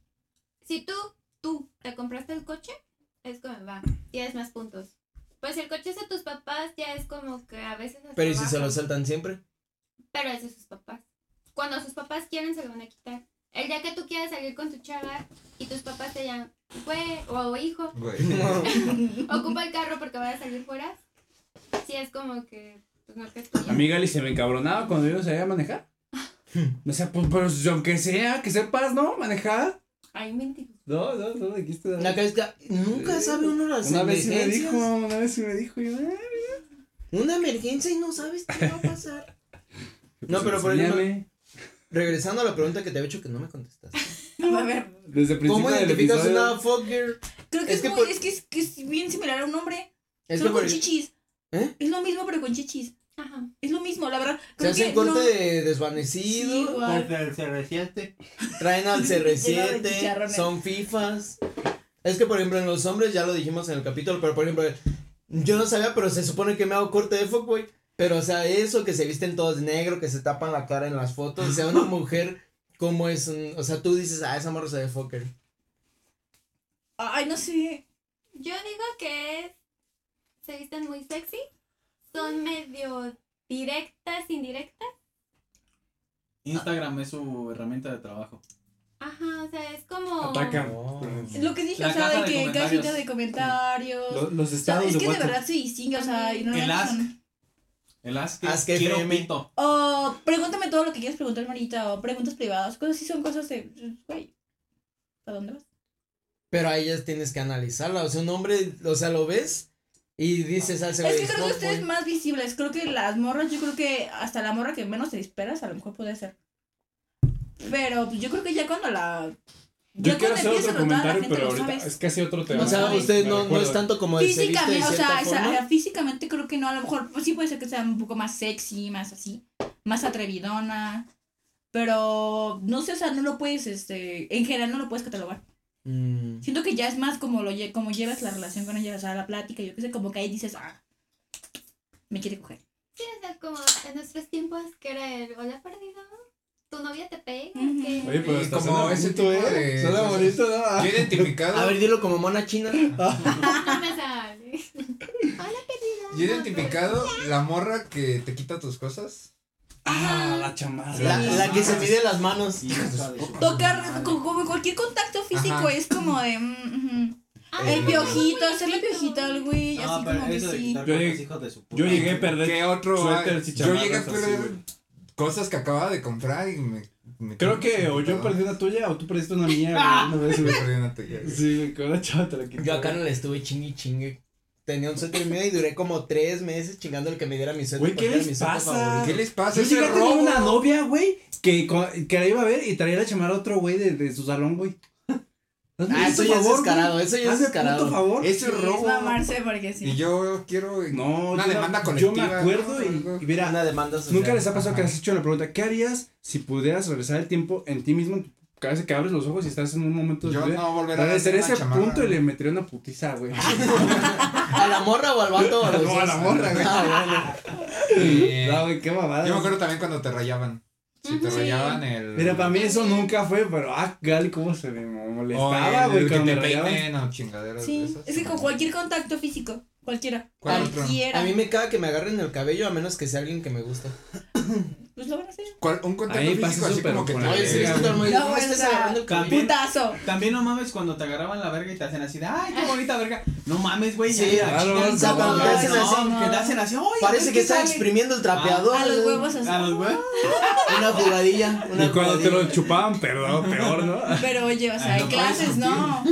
Si tú, tú, te compraste el coche, es como, va, tienes más puntos. Pues si el coche es de tus papás, ya es como que a veces hasta Pero ¿y si se baja. lo saltan siempre? Pero es de sus papás. Cuando sus papás quieren, se lo van a quitar. El día que tú quieras salir con tu chava y tus papás te digan, güey, o hijo, Güey. ocupa el carro porque vas a salir fuera. Sí, es como que, pues no, que es tuyo. A mí Gali se me encabronaba cuando yo sabía manejar. O sea, pues, pues aunque sea, que sepas, ¿no? Manejar. Ay, mentira. No, no, no, aquí está. La cabeza, nunca sabe uno las Una vez sí me emergencias. dijo, una vez sí me dijo, yo, "Ah, Una emergencia y no sabes qué va a pasar. pues, No, pero por ejemplo, enséñame". regresando a la pregunta que te había hecho que no me contestaste. A ver, Desde el principio ¿Cómo del identificas episodio- una fuck girl? creo que Es es, que muy, por- es, que es, que es bien similar a un hombre. Es solo que por con chichis. ¿Eh? Es lo mismo, pero con chichis. Ajá. Es lo mismo, la verdad. Se Creo hacen que corte no- de desvanecido, Sí, igual. Desde se resiente. traen al C R Lleno de siete, chicharrones. son fifas. Es que por ejemplo en los hombres ya lo dijimos en el capítulo, pero por ejemplo yo no sabía, pero se supone que me hago corte de fuckboy. Pero o sea, eso que se visten todos de negro, que se tapan la cara en las fotos, o sea, una mujer como es un, o sea, tú dices, ah, esa morra se ve fucker. Ay, no sé. Yo digo que es, se visten muy sexy, son medio directas, indirectas. Instagram es su herramienta de trabajo. Ajá, o sea, es como... Atacan. Oh. Es lo que dije, La o sea, caja de de que comentarios. cajita de comentarios. Los, los O sea, estados es de que de WhatsApp. verdad se distingue, o sea, y no El ask. son- El as que Haz que quiero F M. pito. O pregúntame todo lo que quieras preguntarme ahorita, o preguntas privadas, cosas así son cosas de, güey, ¿a dónde vas? Pero a ellas tienes que analizarla, o sea, un hombre, o sea, lo ves y dices, ah, ese Es güey que es creo que fuckboy. ustedes más visibles, creo que las morras, yo creo que hasta la morra que menos te esperas, a lo mejor puede ser. Pero pues, yo creo que ya cuando la... Yo ya quiero cuando hacer empiezas otro a notar, la comentario, gente pero lo ahorita sabes. es casi otro tema. O sea, sabes. usted Me no, no recuerda. es tanto como de se viste de Físicamente, o sea, cierta esa- forma. físicamente creo que no, a lo mejor pues sí puede ser que sea un poco más sexy, más así, más atrevidona, pero no sé, o sea, no lo puedes, este, en general no lo puedes catalogar. Mm. Siento que ya es más como lo lle- como llevas la relación con ella, o sea, la plática, yo qué sé, como que ahí dices, ah, me quiere coger. Sí, o sea, como en nuestros tiempos que era el hola perdido, tu novia te pega, Ujú. que... Oye, pero Y está como suena ese bonito, tipo ¿eh? de Suena cosas. bonito, ¿no? Yo he identificado. A ver, dilo como mona china. No me sale. Hola perdido. Yo he identificado la morra que te quita tus cosas. Ah, la chamarra. La, la que se mide las manos. Hija de su Tocar, madre. co- como cualquier contacto físico Ajá. es como de, mm, ujú. Ah, el Eh, piojito, hacerle piojito al güey, No, así pero como que eso de sí. quitar Yo cosas, llegué- hijos de su puta Yo llegué a madre. perder ¿Qué otro? suéteres y Yo llegué a chamarras así, perder güey. cosas que acababa de comprar y me. me Creo que o yo perdí una tuya o tú perdiste una mía, güey, una vez, Me güey. perdí una tuya. güey. Sí, güey, con una chava te la quité. Yo acá no le estuve chingue y chingue. Tenía un suéter mío y duré como tres meses chingando el que me diera mi suéter. Güey, ¿qué porque era les mi suéter pasa? favorito. ¿Qué les pasa? Yo Ese llegué a tener robo. una novia, güey, que, co- que la iba a ver y traía la chamarra a otro güey de, de su salón, güey. Hazme Ah, un eso ya es favor, descarado, güey. eso ya es Hazme descarado. puto favor. Eso es Es robo. mamarse porque sí. Y yo quiero No, una yo, demanda yo colectiva. me acuerdo ¿no? y, Algo. y mira, Una demanda social. nunca les ha pasado que Ajá. has hecho la pregunta, ¿qué harías si pudieras regresar el tiempo en ti mismo? Cada vez que abres los ojos y estás en un momento de Yo tu vida. no volveré a Regresaría a hacer ese una chamarra. punto y le metería una putiza, güey. ¿A la morra o al vato o a los No, a dos? la morra, güey. Ah, Eh, No, güey, qué mamada. Yo me acuerdo también cuando te rayaban. Si te Ujú. rayaban el. Mira, para mí eso nunca fue, pero ah, Gali, cómo se me o molestaba, el güey, que cuando te me rayaban. peinen o chingaderas de Sí, esas. es que con cualquier contacto físico, cualquiera, ¿Cuál otro? cualquiera, A mí me caga que me agarren el cabello a menos que sea alguien que me gusta. pues lo van a hacer. ¿Cuál- Un contacto Ahí pasa físico eso, así pero como que con te. la Oye, sí, verga, es que güey. muy- No, no me estés o sea, agarrando el cabello. también- Putazo. También no mames cuando te agarraban la verga y te hacen así de, ay, qué bonita verga. No mames, güey. Sí, ya, claro, chinga, o sea, no, cuando te no, hacen no, así, que te hacen así, oye, Parece ¿qué que está sale? exprimiendo el trapeador. A los huevos así. A los huevos. Una jugadilla. Una Y cuando te jugadilla. lo chupaban, perdón, peor, ¿no? Pero oye, o sea, Ay, hay no puedes clases, ¿no?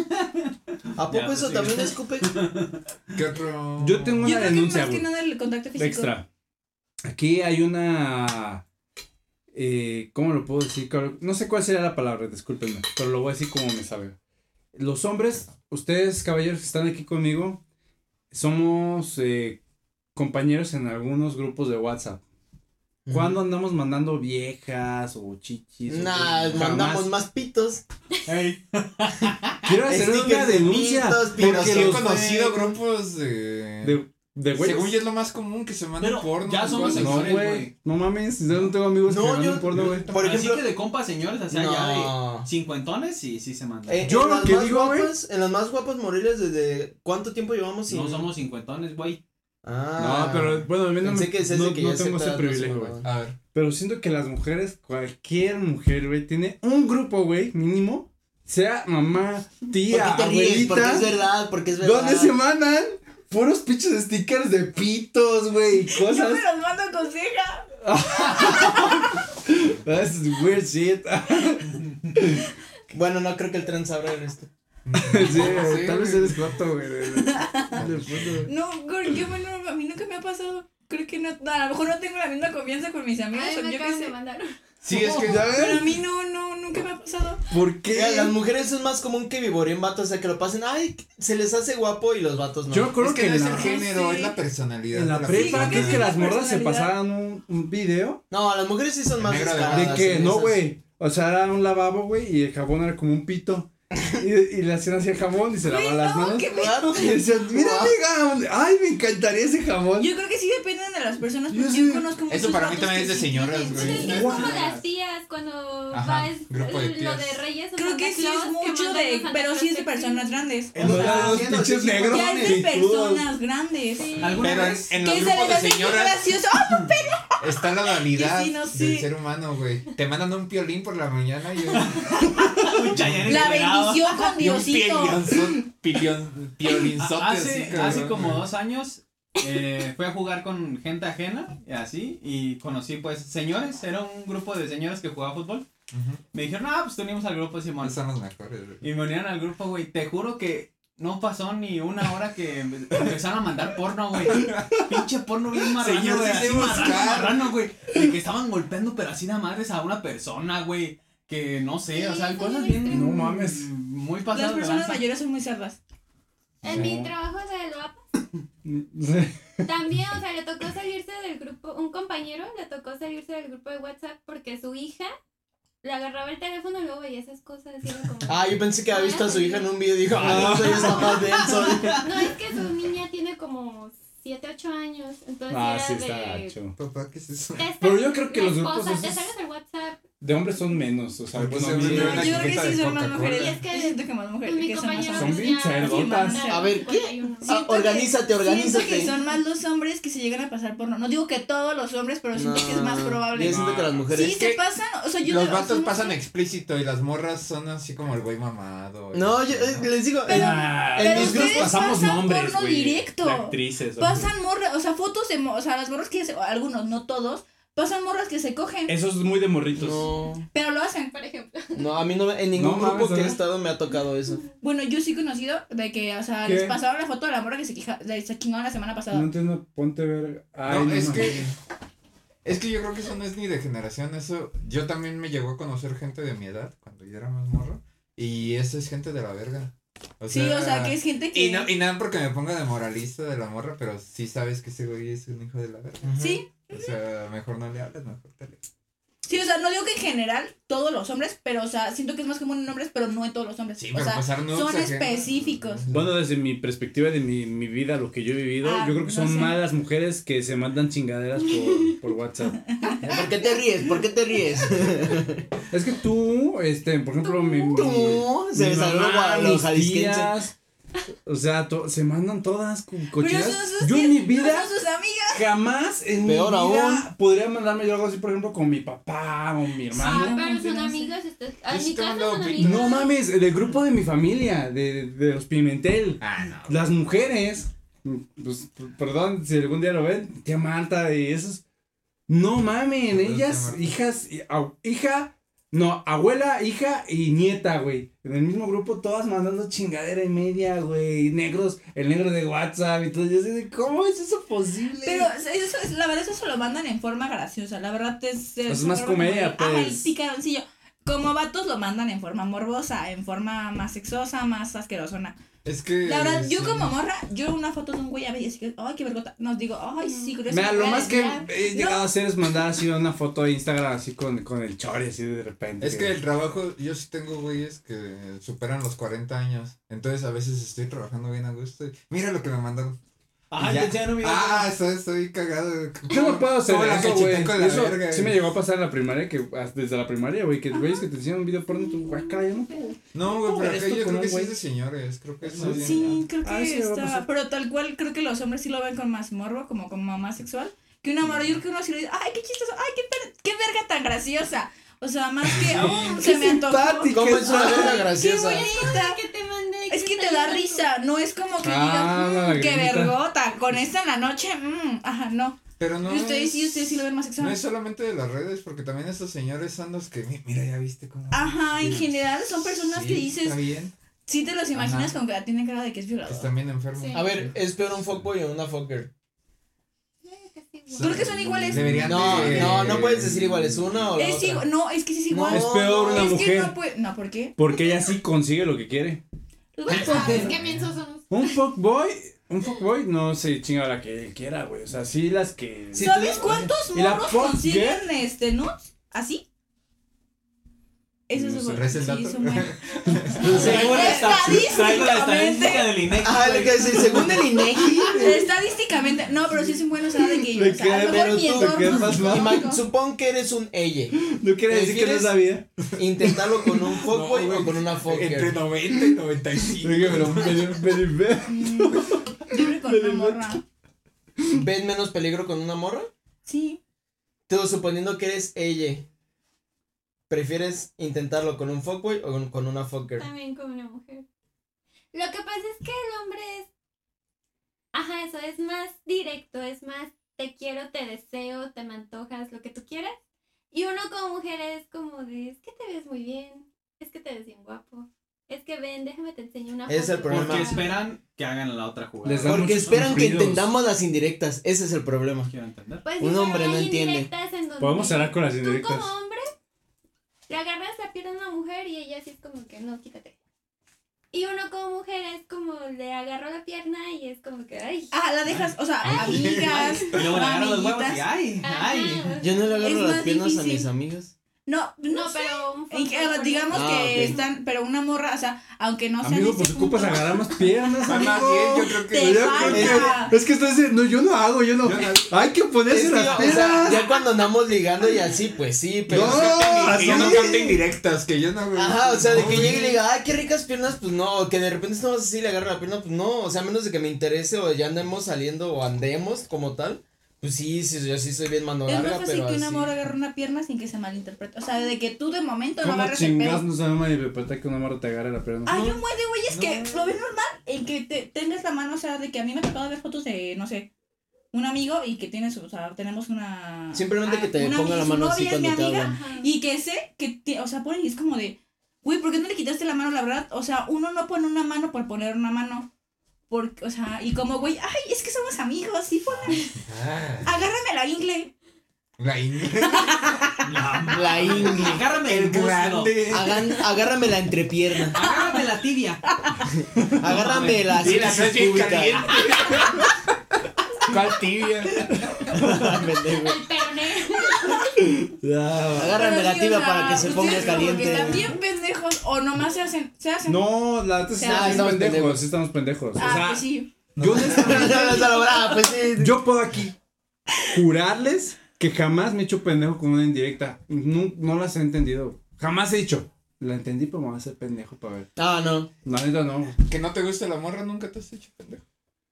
¿A poco Ya, eso sí. también escupe? ¿Qué otro? Yo tengo Yo una creo que denuncia, más que güey. nada el contacto físico. Extra. Aquí hay una. Eh, ¿Cómo lo puedo decir? Claro, no sé cuál sería la palabra, discúlpenme, pero lo voy a decir como me sabe. Los hombres, ustedes caballeros que están aquí conmigo, somos eh, compañeros en algunos grupos de WhatsApp. ¿Cuándo andamos mandando viejas o chichis? o Nah, qué? mandamos Jamás. más pitos. Ey, Quiero hacer una Stickers de denuncia. pitos, Pero porque sí he los conocido güey. grupos de. de, de güeyes. Según yo es lo más común que se mandan Pero porno. ya o somos cosas No, así. señores, güey. güey. No mames, yo no tengo amigos No, que yo- mandan porno, güey. Por así ejemplo, que de compas señores, o sea, ya de no. cincuentones, sí, sí se mandan. Eh, Yo en lo las que más digo, güey. guapas, en las más guapas Moriles, ¿desde cuánto tiempo llevamos sin? No somos cincuentones, güey. Ah. No, pero bueno, a mí no, Pensé me- que es ese no, que no ya tengo ese aceptas, privilegio, no güey. sé, A ver. Pero siento que las mujeres, cualquier mujer, güey, tiene un grupo, güey, mínimo, sea mamá, tía, ¿Por qué te ríes? Porque es abuelita, verdad, porque es verdad. donde se mandan puros pinches stickers de pitos, güey, Yo cosas. me los mando con ceja. That's weird shit. Bueno, no creo que el trans sabrá esto. sí, Sí, tal vez güey. eres joto, güey. de- de- de fondo. No, güey, yo me, no, a mí nunca me ha pasado. Creo que no, a lo mejor no tengo la misma confianza con mis amigos. Ay, o me yo qué acaban sé. de mandar. Sí, es que. ¿Ya Pero a ves? mí no, no, nunca me ha pasado. ¿Por Mira, qué? las mujeres es más común que vivoreen vatos, o sea, que lo pasen, ay, se les hace guapo y los vatos no. Yo me acuerdo Es que, que no en es el la, género, sí. es la personalidad. en la de prepa, persona. ¿crees sí, que la las morras se personalidad. pasaran un, un video? No, las mujeres sí son más Negro de De descaradas. que, en no, esas. güey. O sea, era un lavabo, güey, y el jabón era como un pito. Y, y le hacían así el jabón y se Güey, lavaban las no, manos. qué me- Claro. Y decían, mira, amiga, ay, me encantaría ese jabón. Yo creo que sí dependen de las personas, Yo porque sí. yo conozco muchos Eso para mí vatos también que es de sí señoras, tienen, güey. Pues es que es sí. como las tías cuando Ajá, vas grupo de lo tías. de Reyes o Creo que Santa sí Claus, es que mucho mandan de, los Santa pero Claus sí es de sexy. personas grandes. En los Ah, los sí, no, pinches sí, sí, negros. Ya es de picudos. personas grandes. Sí. ¿Alguna Pero en, vez? en Que los se grupos les de hace bien señoras gracioso. ¡Ah! está la dualidad Que sí, no, del sí. ser humano, güey. Te mandan un piolín por la mañana y un, Un Chayanne La encuerado. bendición con y un Diosito. piolionzo- pilion- piolinzote Hace, así, hace cabrón, como güey. dos años eh, fui a jugar con gente ajena y así y conocí pues señores, era un grupo de señores que jugaba fútbol. Ujú. Me dijeron, ah, pues teníamos al grupo Simón. Esos son los mejores, güey. Y me unieron al grupo, güey. Te juro que no pasó ni una hora que empe- empezaron a mandar porno, güey. Pinche porno bien marrano, Señor, güey. sí Así sé marrano, buscar. marrano, güey. De que estaban golpeando, pero así nada madres a una persona, güey. Que no sé, o sea, Sí, cosas sí, bien. sí. No mames. Muy Las pasadas de personas lanza. mayores son muy cerdas. En mi No. trabajo de lo Sí. también, o sea, le tocó salirse del grupo, un compañero le tocó salirse del grupo de WhatsApp porque su hija le agarraba el teléfono y luego veía esas cosas y era como... Ah, yo pensé que había visto a su hija en un video y dijo, ah, no, soy esta más denso. No, es que su niña tiene como siete, ocho años, entonces Ah, era sí, de... está gacho. Papá, ¿qué es eso? Te Pero están- yo creo que la los grupos esposa, esos- te sales al WhatsApp. De hombres son menos, o sea, Porque bueno, se a mí- vuelve No, una yo creo que etiqueta sí de son más Coca-Cola. mujeres. Y es que Yo siento que más mujeres Pues mi que son más compañero hombres. Son bien decía, cerdotas. sí, A ver, ¿qué? cuarenta y uno. Ah, Siento que- organízate, organízate. Siento que son más los hombres que se llegan a pasar porno. No digo que todos los hombres, pero siento que es más probable. Yo siento que las mujeres. Sí, Es se que pasan, o sea, yo Los de- o sea, vatos no pasan sé. explícito y las morras son así como el güey mamado. y No, así, yo eh, les digo, Pero- en- Ah, en pero mis grupos ustedes pasamos pasan nombres, porno güey, directo. de actrices. o- Pasan morras, o sea, fotos de, mo- o sea, las morras que se, algunos, no todos, pasan morras que se cogen, Eso es muy de morritos. no, pero lo hacen. Por ejemplo. no, a mí no, en ningún No grupo mames, que he ¿verdad? estado me ha tocado eso. Bueno, yo sí he conocido de que, o sea, ¿Qué? les pasaron la foto de la morra que se, queja, de- se chingaron la semana pasada. No entiendo, ponte a ver. Ay, No, no es mames. que. Es que yo creo que eso no es ni de generación, eso. Yo también me llegó a conocer gente de mi edad cuando yo era más morro. Y eso es gente de la verga. O Sí, o sea, que es gente que. Y no, y nada porque me ponga de moralista de la morra, pero sí sabes que ese güey es un hijo de la verga. Sí. O sea, mejor no le hables, mejor te le. Sí, o sea, no digo que en general todos los hombres, pero o sea, siento que es más común en hombres, pero no en todos los hombres. Sí, o pero sea, pasar nudes son ajeno. específicos. Bueno, desde mi perspectiva de mi, mi vida, lo que yo he vivido, Ah, yo creo que no son sé. más las mujeres que se mandan chingaderas por, por WhatsApp. ¿Por qué te ríes? ¿Por qué te ríes? Es que tú, este, por ejemplo, mi, mi, Tú, se mi salió mamá, lo mis jalisciense. tías, o sea, to- se mandan todas con Pero cochinas. son sus Yo en mi vida no son sus amigas. jamás en Peor mi vida aún. podría mandarme yo algo así, por ejemplo, con mi papá o mi hermano. Ah, pero no, son no sé. amigos. Estás... Yo En sí mi te caso mando son pi- amigos. No mames, del grupo de mi familia, de, de los Pimentel. Ah, no. Las mujeres, pues, p- perdón si algún día lo ven, tía Marta y esos. No mamen, Saludos, tía ellas, Marta. hijas, y- au- hija, no, abuela, hija y nieta, güey. En el mismo grupo, todas mandando chingadera y media, güey. Negros, el negro de WhatsApp y todo. Yo sé de cómo es eso posible. Pero o sea, eso es, la verdad, eso se lo mandan en forma graciosa. La verdad es. Es una más forma comedia, como de, Ajá, pues. el picaroncillo. Como vatos lo mandan en forma morbosa, en forma más sexosa, más asquerosona. Es que. La verdad, yo sí. como morra, yo una foto de un güey a ver y así que, ay, qué vergota. Nos digo, ay, sí, con eso Mira, me lo voy a más que desviar. he llegado a hacer es mandar así una foto de Instagram así con, con el chore así de repente. Es que el trabajo, yo sí tengo güeyes que superan los cuarenta años. Entonces a veces estoy trabajando bien a gusto. Y mira lo que me mandaron. Ah, Y ya ya. enseñaron un video. Ah, estoy, estoy cagado. Yo no puedo hacer Como la eso, cacheté güey. con la Eso verga, sí me güey. llegó a pasar en la primaria, que hasta desde la primaria, güey, que güeyes que te enseñan un video porno, tú, güey, caray, yo no puedo. No, güey, ¿Cómo pero ves acá tú yo con creo un que sí güey? es de señores. Creo que es más bien. Sí, creo que Ah, sí, me va a está. pasar. Pero tal cual, creo que los hombres sí lo ven con más morbo, como con más sexual. Que una morra, yo creo que uno sí le dice, ay, qué chistoso, ay, qué, per- qué verga tan graciosa. O sea, más que, oh, se me antojó. simpática. ¿Cómo es una verga Qué graciosa? bonita. Que te mandé. Es que está te da bien risa, no es como que Ah, digas, la mmm, qué lagrimita. vergota, con esta en la noche, mmm, ajá, no. Pero no. Y ustedes es- sí, ustedes sí lo ven más No sexual. es solamente de las redes, porque también esos señores son los que. mi- Mira, ya viste cómo. Ajá, en Sí. general son personas Sí, que dices, Está bien. sí te los imaginas Ajá. como que la tienen cara de que es violador. Están bien enfermos. Sí. A ver, ¿es peor un fuckboy o una fucker? casi igual. Creo que son iguales. Deberían No, de- no, no puedes decir igual, es una o la Es otra. igual, no, es que sí es igual. Es peor una es que mujer. no puede, no, ¿por qué? Porque ella sí consigue lo que quiere. ¿Sabes qué mensos somos? Un fuckboy, un fuckboy no se chinga la que él quiera, güey. O sea, sí las que. Sí, ¿Sabes tú- cuántos ¿Y la morros fuck consiguen este nudes? ¿Así? Eso No es sé. ¿Traes el sí, dato? son buenos. Según la esta- traigo la estadística del INEGI. Ah, lo güey. que decir, según el INEGI. Estadísticamente, no, pero sí son buenos, o sea, de que ¿De o sea, qué? a lo mejor Pero mi tú- entorno ¿de qué sí más es va? Ima- lógico. supón que eres un elle. No quiere decir que no ¿Prefieres? sabía. Intentarlo con un fuckboy No, o con una Entre fucker. noventa y noventa y cinco. Oye, pero pero- pero- pero- Mm, Yo creo que con una morra. ¿Ves menos peligro con una morra? Sí. Tú suponiendo que eres elle. ¿Prefieres intentarlo con un fuckboy o con, con una fucker? También como una mujer. Lo que pasa es que el hombre es. Ajá, eso es más directo, es más te quiero, te deseo, te me antojas, lo que tú quieras. Y uno como mujer es como de, es que te ves muy bien, es que te ves bien guapo, es que ven, déjame te enseño una foto. Es el problema. Porque esperan que hagan la otra jugada. Les da Porque muchos esperan que cumplidos. entendamos las indirectas. Ese es el problema. Quiero entender. Pues un sí, hombre pero no hay entiende. indirectas en donde Podemos cerrar con las Tú indirectas. como hombre le agarras la pierna a una mujer y ella así es como que no, quítate. Y uno como mujer es como le agarró la pierna y es como que ay. Ah, la dejas, o sea, Ay. amigas, Y luego le agarran los huevos y amiguitas. ay, Ajá. ay. Yo no le Es agarro las más piernas a difícil. mis amigas. No, no, No, sé. pero un En que, foco con digamos eso. Ah, que ok. están, pero una morra, o sea, aunque no sea Amigo, en pues ese ocupas punto, agarrar más piernas, Ah, amigo. más bien, yo creo que. Te yo falta. creo que- Es que estás diciendo, no, yo no hago, yo no. Yo no- Hay que ponerse Es que, las o sea, piernas. ya cuando andamos ligando y así, pues sí, pero. No, Que yo no así. capte indirectas, que yo no. Ajá, o sea, de no, que güey. llegue y le diga, ay, qué ricas piernas, pues no, que de repente estamos así y le agarra la pierna, pues no, o sea, a menos de que me interese o ya andemos saliendo o andemos como tal, pues sí, sí, yo sí soy bien mano es más larga, fácil pero que una así. morra agarre una pierna sin que se malinterprete. O sea, de que tú de momento no ¿Cómo agarres el chingas pedo. no se me malinterpreta que una morra te agarre la pierna? Hay un buen de güeyes que No. lo ven normal en que te, tengas la mano, o sea, de que a mí me ha tocado ver fotos de, no sé, un amigo y que tiene su, o sea, tenemos una... Simplemente ah, que te una ponga la amiga, su mano así novia es mi cuando te amiga, hablan. Ajá. y que sé que, te- o sea, ponen y es como de, güey, ¿por qué no le quitaste la mano? La verdad, o sea, uno no pone una mano por poner una mano. Porque, o sea, y como, güey, ay, es que somos amigos, sí, ponle, Ah. agárrame la ingle. La ingle. La ingle. Agárrame el muslo. Hagan- agárrame la entrepierna. Agárrame la tibia. Agárrame las Sí, la cosas traes bien públicas. caliente. ¿Cuál tibia? Pendejo. El peroné. Agárrame Pero la sí, tibia o sea, para que se ponga ustedes como que caliente. están bien pendejos o nomás se hacen, se hacen. No, la neta sí Ah, estamos estamos pendejos, pendejos. sí estamos pendejos. Ah, o sea, pues sí. yo honestamente, Ah, pues sí. yo puedo aquí jurarles que jamás me he hecho pendejo con una indirecta. No, no las he entendido. Jamás he dicho. La entendí, pero me voy a hacer pendejo para ver. Ah, no. La neta no. Que no te gusta la morra, nunca te has hecho pendejo.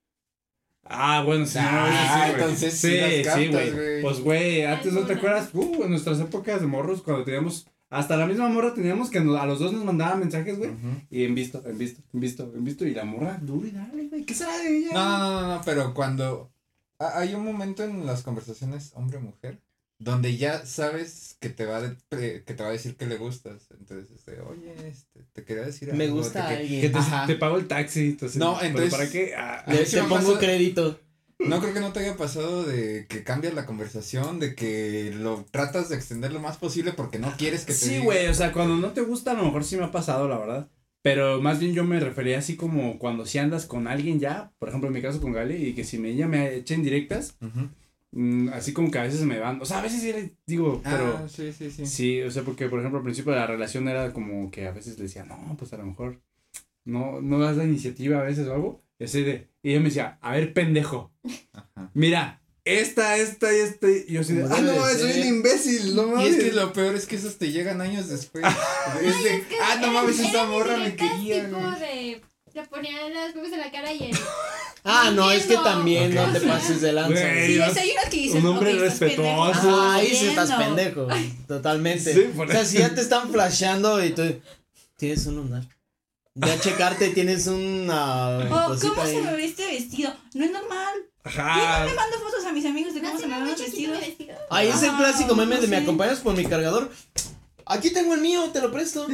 Ah, bueno, sí, no, Ah, eso sí, güey. entonces sí sí, las sí, captas, güey. güey. Pues, güey, antes no te Algunas. acuerdas, uh, en nuestras épocas de morros, cuando teníamos, hasta la misma morra teníamos que nos- a los dos nos mandaban mensajes, güey. Ujú. Y en visto, en visto, en visto, en visto, y la morra, duro y dale, güey, ¿qué será de ella? No, no, no, no, pero cuando ha- hay un momento en las conversaciones hombre-mujer donde ya sabes que te va a de- pre- que te va a decir que le gustas. Entonces, este, oye, este, te quería decir Me algo, gusta te que- alguien. Que te, Ajá. te pago el taxi, entonces, No, ¿pero entonces- para qué? Ah, A mí Te, sí te me pongo pasó- crédito. No creo que no te haya pasado de que cambias la conversación, de que lo tratas de extender lo más posible porque no quieres que te sí, diga. güey, o sea, cuando no te gusta, a lo mejor sí me ha pasado, la verdad. Pero más bien yo me refería así como cuando si andas con alguien ya, por ejemplo en mi caso con Gali, y que si me, ella me echa indirectas, Ujú. mm, así como que a veces me van, o sea, a veces sí le digo, pero Ah, sí, sí, sí. sí, o sea, porque por ejemplo al principio de la relación era como que a veces le decía, no, pues a lo mejor no, no das la iniciativa a veces o algo, y así de, y ella me decía, a ver, pendejo, Ajá. mira, esta, esta y esta, y yo así de, Como ah, debe no, de soy ser. un imbécil, no Y mames. es que lo peor es que esos te llegan años después. Es de, ah, no mames, esa morra me quería, tipo güey. de... Le ponían las cosas en la cara y él... Ah, no, es que Entiendo. también no te Ok. pases de lanza. Güey, Sí, Dios. o sea, hay unas que dicen. Un hombre ok, estás respetuoso. pendejo. Ah, ahí sí estás Entiendo. pendejo. Totalmente. Sí, por O sea, si ya te están flasheando y tú tienes un lunar. Ya checarte, tienes una O cosita cómo se ahí. me ve este vestido. No es normal. Ajá. Yo no le mando fotos a mis amigos de cómo No, se se me me ven ve los chiquito vestidos. mi vestido. Ahí es el Ah, clásico meme no de me sé. acompañas por mi cargador. Aquí tengo el mío, te lo presto.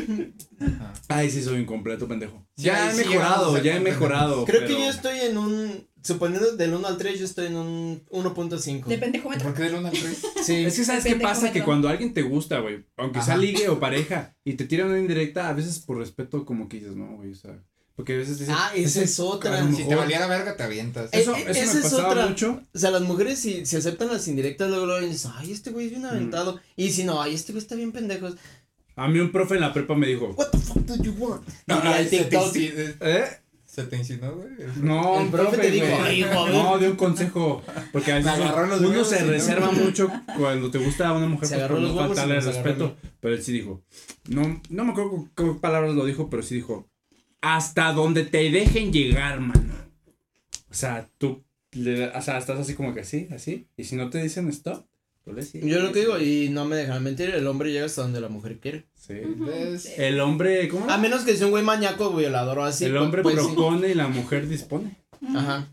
Ajá. Ay, sí, soy incompleto, pendejo. Sí, ya ahí he sí mejorado, llegamos a ya he ser mejorado. Creo pero- que yo estoy en un. Suponiendo del uno al tres, yo estoy en un uno punto cinco. De ¿Y pendejómetro. por qué del uno al tres? Sí. Es que sabes El qué pasa, pendejómetro. que cuando alguien te gusta, güey, aunque sea Ajá. ligue o pareja, y te tiran una indirecta, a veces por respeto como que dices, no, güey, o sea, porque a veces dices, Ah, esa es otra. a lo Si te mejor- valiera verga, te avientas. Eh, Eso, eh, eso esa me es pasaba otra. mucho. O sea, las mujeres si, si aceptan las indirectas, luego, luego dices, ay, este güey es bien aventado. Y si no, ay, este güey está bien pendejo. A mí un profe en la prepa me dijo, What the fuck do you want? No, y no, al se te TikTok. insi- ¿eh? Se te insinuó, güey. No, El un profe te dijo, güey. "Ay, hijo, a ver". No, dio un consejo. Porque a veces Me agarró los uno huevos se y no. reserva mucho cuando te gusta una mujer Se pues, agarró por los no huevos y faltarle el nos agarró respeto. Pero él sí dijo, no, no me acuerdo con qué palabras lo dijo, pero sí dijo, hasta donde te dejen llegar, mano. O sea, tú, le- o sea, estás así como que así, así. Y si no te dicen stop, tú le sigues. Yo lo que digo, y no me dejan mentir, el hombre llega hasta donde la mujer quiere. Sí. ¿Ves? El hombre, ¿cómo? A menos que sea un güey mañaco, violador o así. el pues- hombre pues sí. propone y la mujer dispone. Ajá.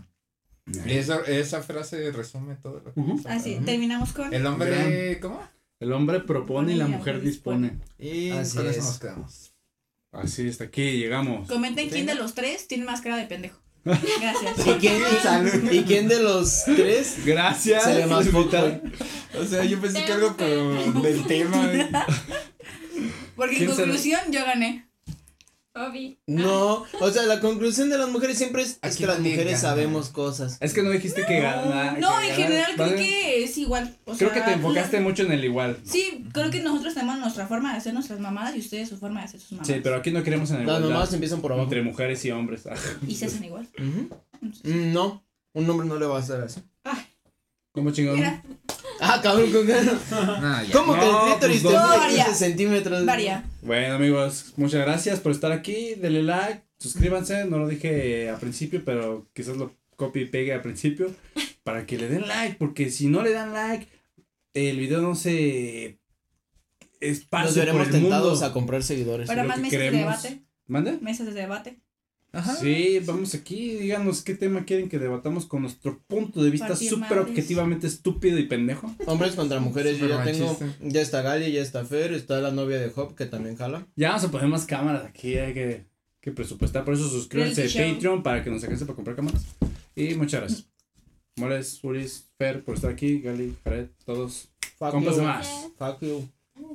Y esa, esa frase resume todo lo que Ujú. hemos hablado. Así, terminamos con. El hombre, ¿cómo? El hombre propone y la mujer dispone. Y Así con eso es. nos quedamos. Así está, aquí llegamos. Comenten quién de los tres tiene más cara de pendejo. Gracias. ¿Y quién, ¿Y quién de los tres Gracias. se ve más poco? O sea, yo pensé que algo con del tema. güey. Porque en ¿Quién se- conclusión, yo gané. Obi. No, o sea, la conclusión de las mujeres siempre es, es Aquí que las nadie mujeres gana. sabemos cosas. Es que no dijiste que gana. No, que en ganar. general creo Vale. que es igual. O Creo sea, que te enfocaste la- mucho en el igual. Sí, creo que nosotros tenemos nuestra forma de hacer nuestras mamadas y ustedes su forma de hacer sus mamadas. Sí, pero aquí no queremos en el Las igualdad mamás empiezan por abajo. entre mujeres y hombres. Ah, Y se hacen igual. Ujú. Mm, No, un hombre no le va a hacer así. ¿Cómo chingón? Mira, Ah, cabrón, ¿con qué? No, ya. ¿Cómo que No, el clítoris pues, te no, mide varía. quince centímetros? varia. Bueno, amigos, muchas gracias por estar aquí. Denle like, suscríbanse. No lo dije al principio, pero quizás lo copie y pegue al principio para que le den like. Porque si no le dan like, el video no se Nos esparce por veremos el tentados mundo. a comprar seguidores. Para lo más que mesas de queremos. debate. ¿Mande? Mesas de debate. Ajá. Sí, vamos aquí, díganos qué tema quieren que debatamos con nuestro punto de vista Partir súper madres. objetivamente estúpido y pendejo. Hombres contra mujeres, yo ya Súper tengo, machista. ya está Gali, ya está Fer, está la novia de Hop que también jala. Ya vamos a poner más cámaras aquí, hay que, que presupuestar, por eso suscríbanse a Reality show. Patreon para que nos alcance para comprar cámaras. Y muchas gracias. Moles, Ulis, Fer, por estar aquí, Gali, Jared, todos. Fuck Compas you. de más. Fuck you.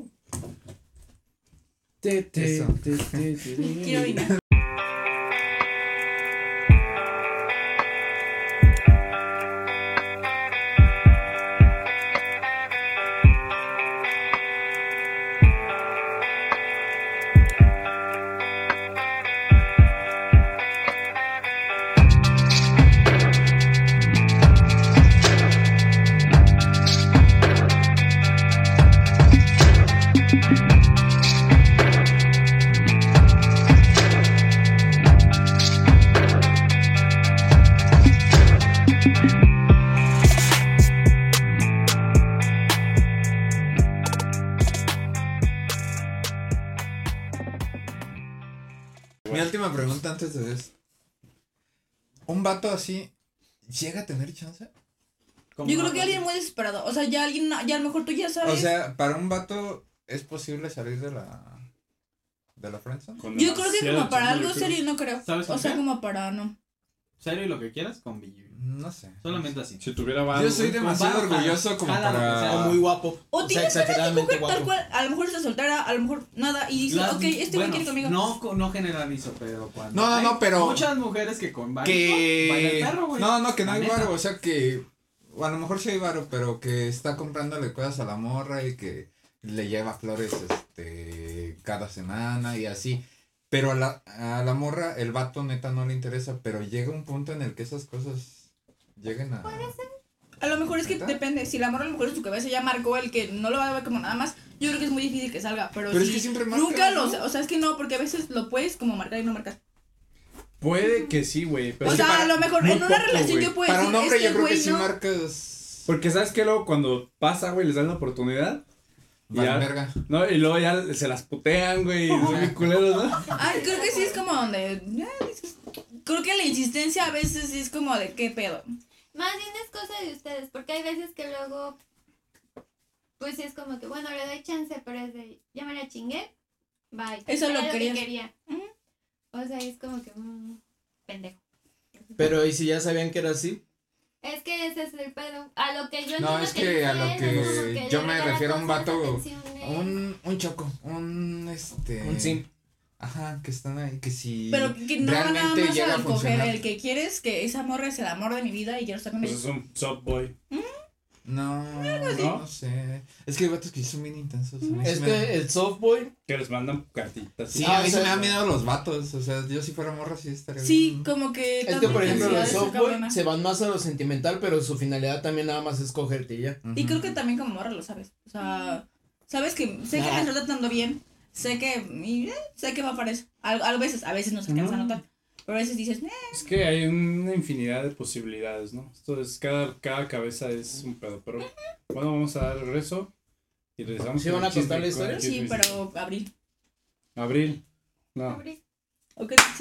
Te, te, Eso. te, te, te, te. Quiero orinar. Mi última pregunta antes de eso. ¿Un vato así llega a tener chance? Como Yo creo una- que alguien muy desesperado. O sea, ya alguien, ya a lo mejor tú ya sabes. O sea, para un vato es posible salir de la de la friendzone. Con yo creo que demasiado como para chamba, algo yo creo. serio no creo. ¿Sabes O por sea, qué? como para no. Serio y lo que quieras, convivir. No sé. Solamente así. Si tuviera varo, Yo soy güey. demasiado Compara, orgulloso como jala lo que para sea. O muy guapo. O O sea, tienes ganas de exageradamente coger tal guapo. cual. A lo mejor estás soltera, a lo mejor nada. Y dices, Las- ok, este güey bueno, quiere conmigo. No, co- no generalizo, pero cuando. No, no, hay no, pero- Muchas mujeres que con varios. que Baila el perro, güey. no, no, que no La hay neta. varo, o sea que o a lo mejor sí hay varo, pero que está comprándole cosas a la morra y que le lleva flores este cada semana y así. Pero a la, a la morra, el vato neta no le interesa, pero llega un punto en el que esas cosas lleguen a... A lo mejor es que ¿Neta? depende. Si la morra a lo mejor en su cabeza ya marcó el que no lo va a ver como nada más, yo creo que es muy difícil que salga. Pero, Pero es si que siempre marcas, nunca lo. ¿no? O sea, es que no, porque a veces lo puedes como marcar y no marcar. Puede que sí, güey. Pero O es que sea, para- a lo mejor muy en una poco, relación güey. yo puedo Para decir. un hombre este yo creo que güey sí no. marcas... Porque sabes que luego cuando pasa, güey, les dan la oportunidad. Vale, Ya, verga. no, y luego ya se las putean, güey, y son bien culeros, ¿no? Ay, creo que sí es como donde. ya dices, creo que la insistencia a veces sí es como de qué pedo. Más bien es cosa de ustedes, porque hay veces que luego, pues sí es como que, bueno, le doy chance, pero es de, ya me la chingué, bye. Eso Era lo querías. que quería. Ujú. O sea, es como que, mm, pendejo. Pero, ¿y si ya sabían que era así? Es que ese es el pedo. A lo que yo No, entiendo es que a lo dice, que es como yo le me regala refiero a un cosas, vato, atenciones. Un, un choco, un este... Un simp. Ajá, que están ahí, que si Pero que no nada realmente más llega a al coger. funcionar. El que quieres que esa morra es el amor de mi vida y quiero estar con Pues ella. es un soft boy. No, ¿No? no sé. Es que hay vatos que son bien intensos. a mí Es sí me- que el softboy, Que les mandan cartitas. Sí, Ah, a mí o se sea, me da miedo los vatos. O sea, yo si fuera morra sí estaría Sí, bien. como que. es que tanta por ejemplo intensidad los esa softboy cabrona. se van más a lo sentimental, pero su finalidad también nada más es cogerte y ya. Ujú. Y creo que también como morra lo sabes. O sea, sabes que sé que Ah. me está tratando bien. Sé que. Y, eh, sé que va para eso. A, a veces, a veces no se alcanza a Ujú. notar. Pero a veces dices, eh, Es que hay una infinidad de posibilidades, ¿no? Esto es, cada, cada cabeza es un pedo, pero bueno, vamos a dar regreso y regresamos. ¿Sí con van el a contar la chisme, con historia? el sí, chisme. pero abril. Abril. No. Abril. Ok,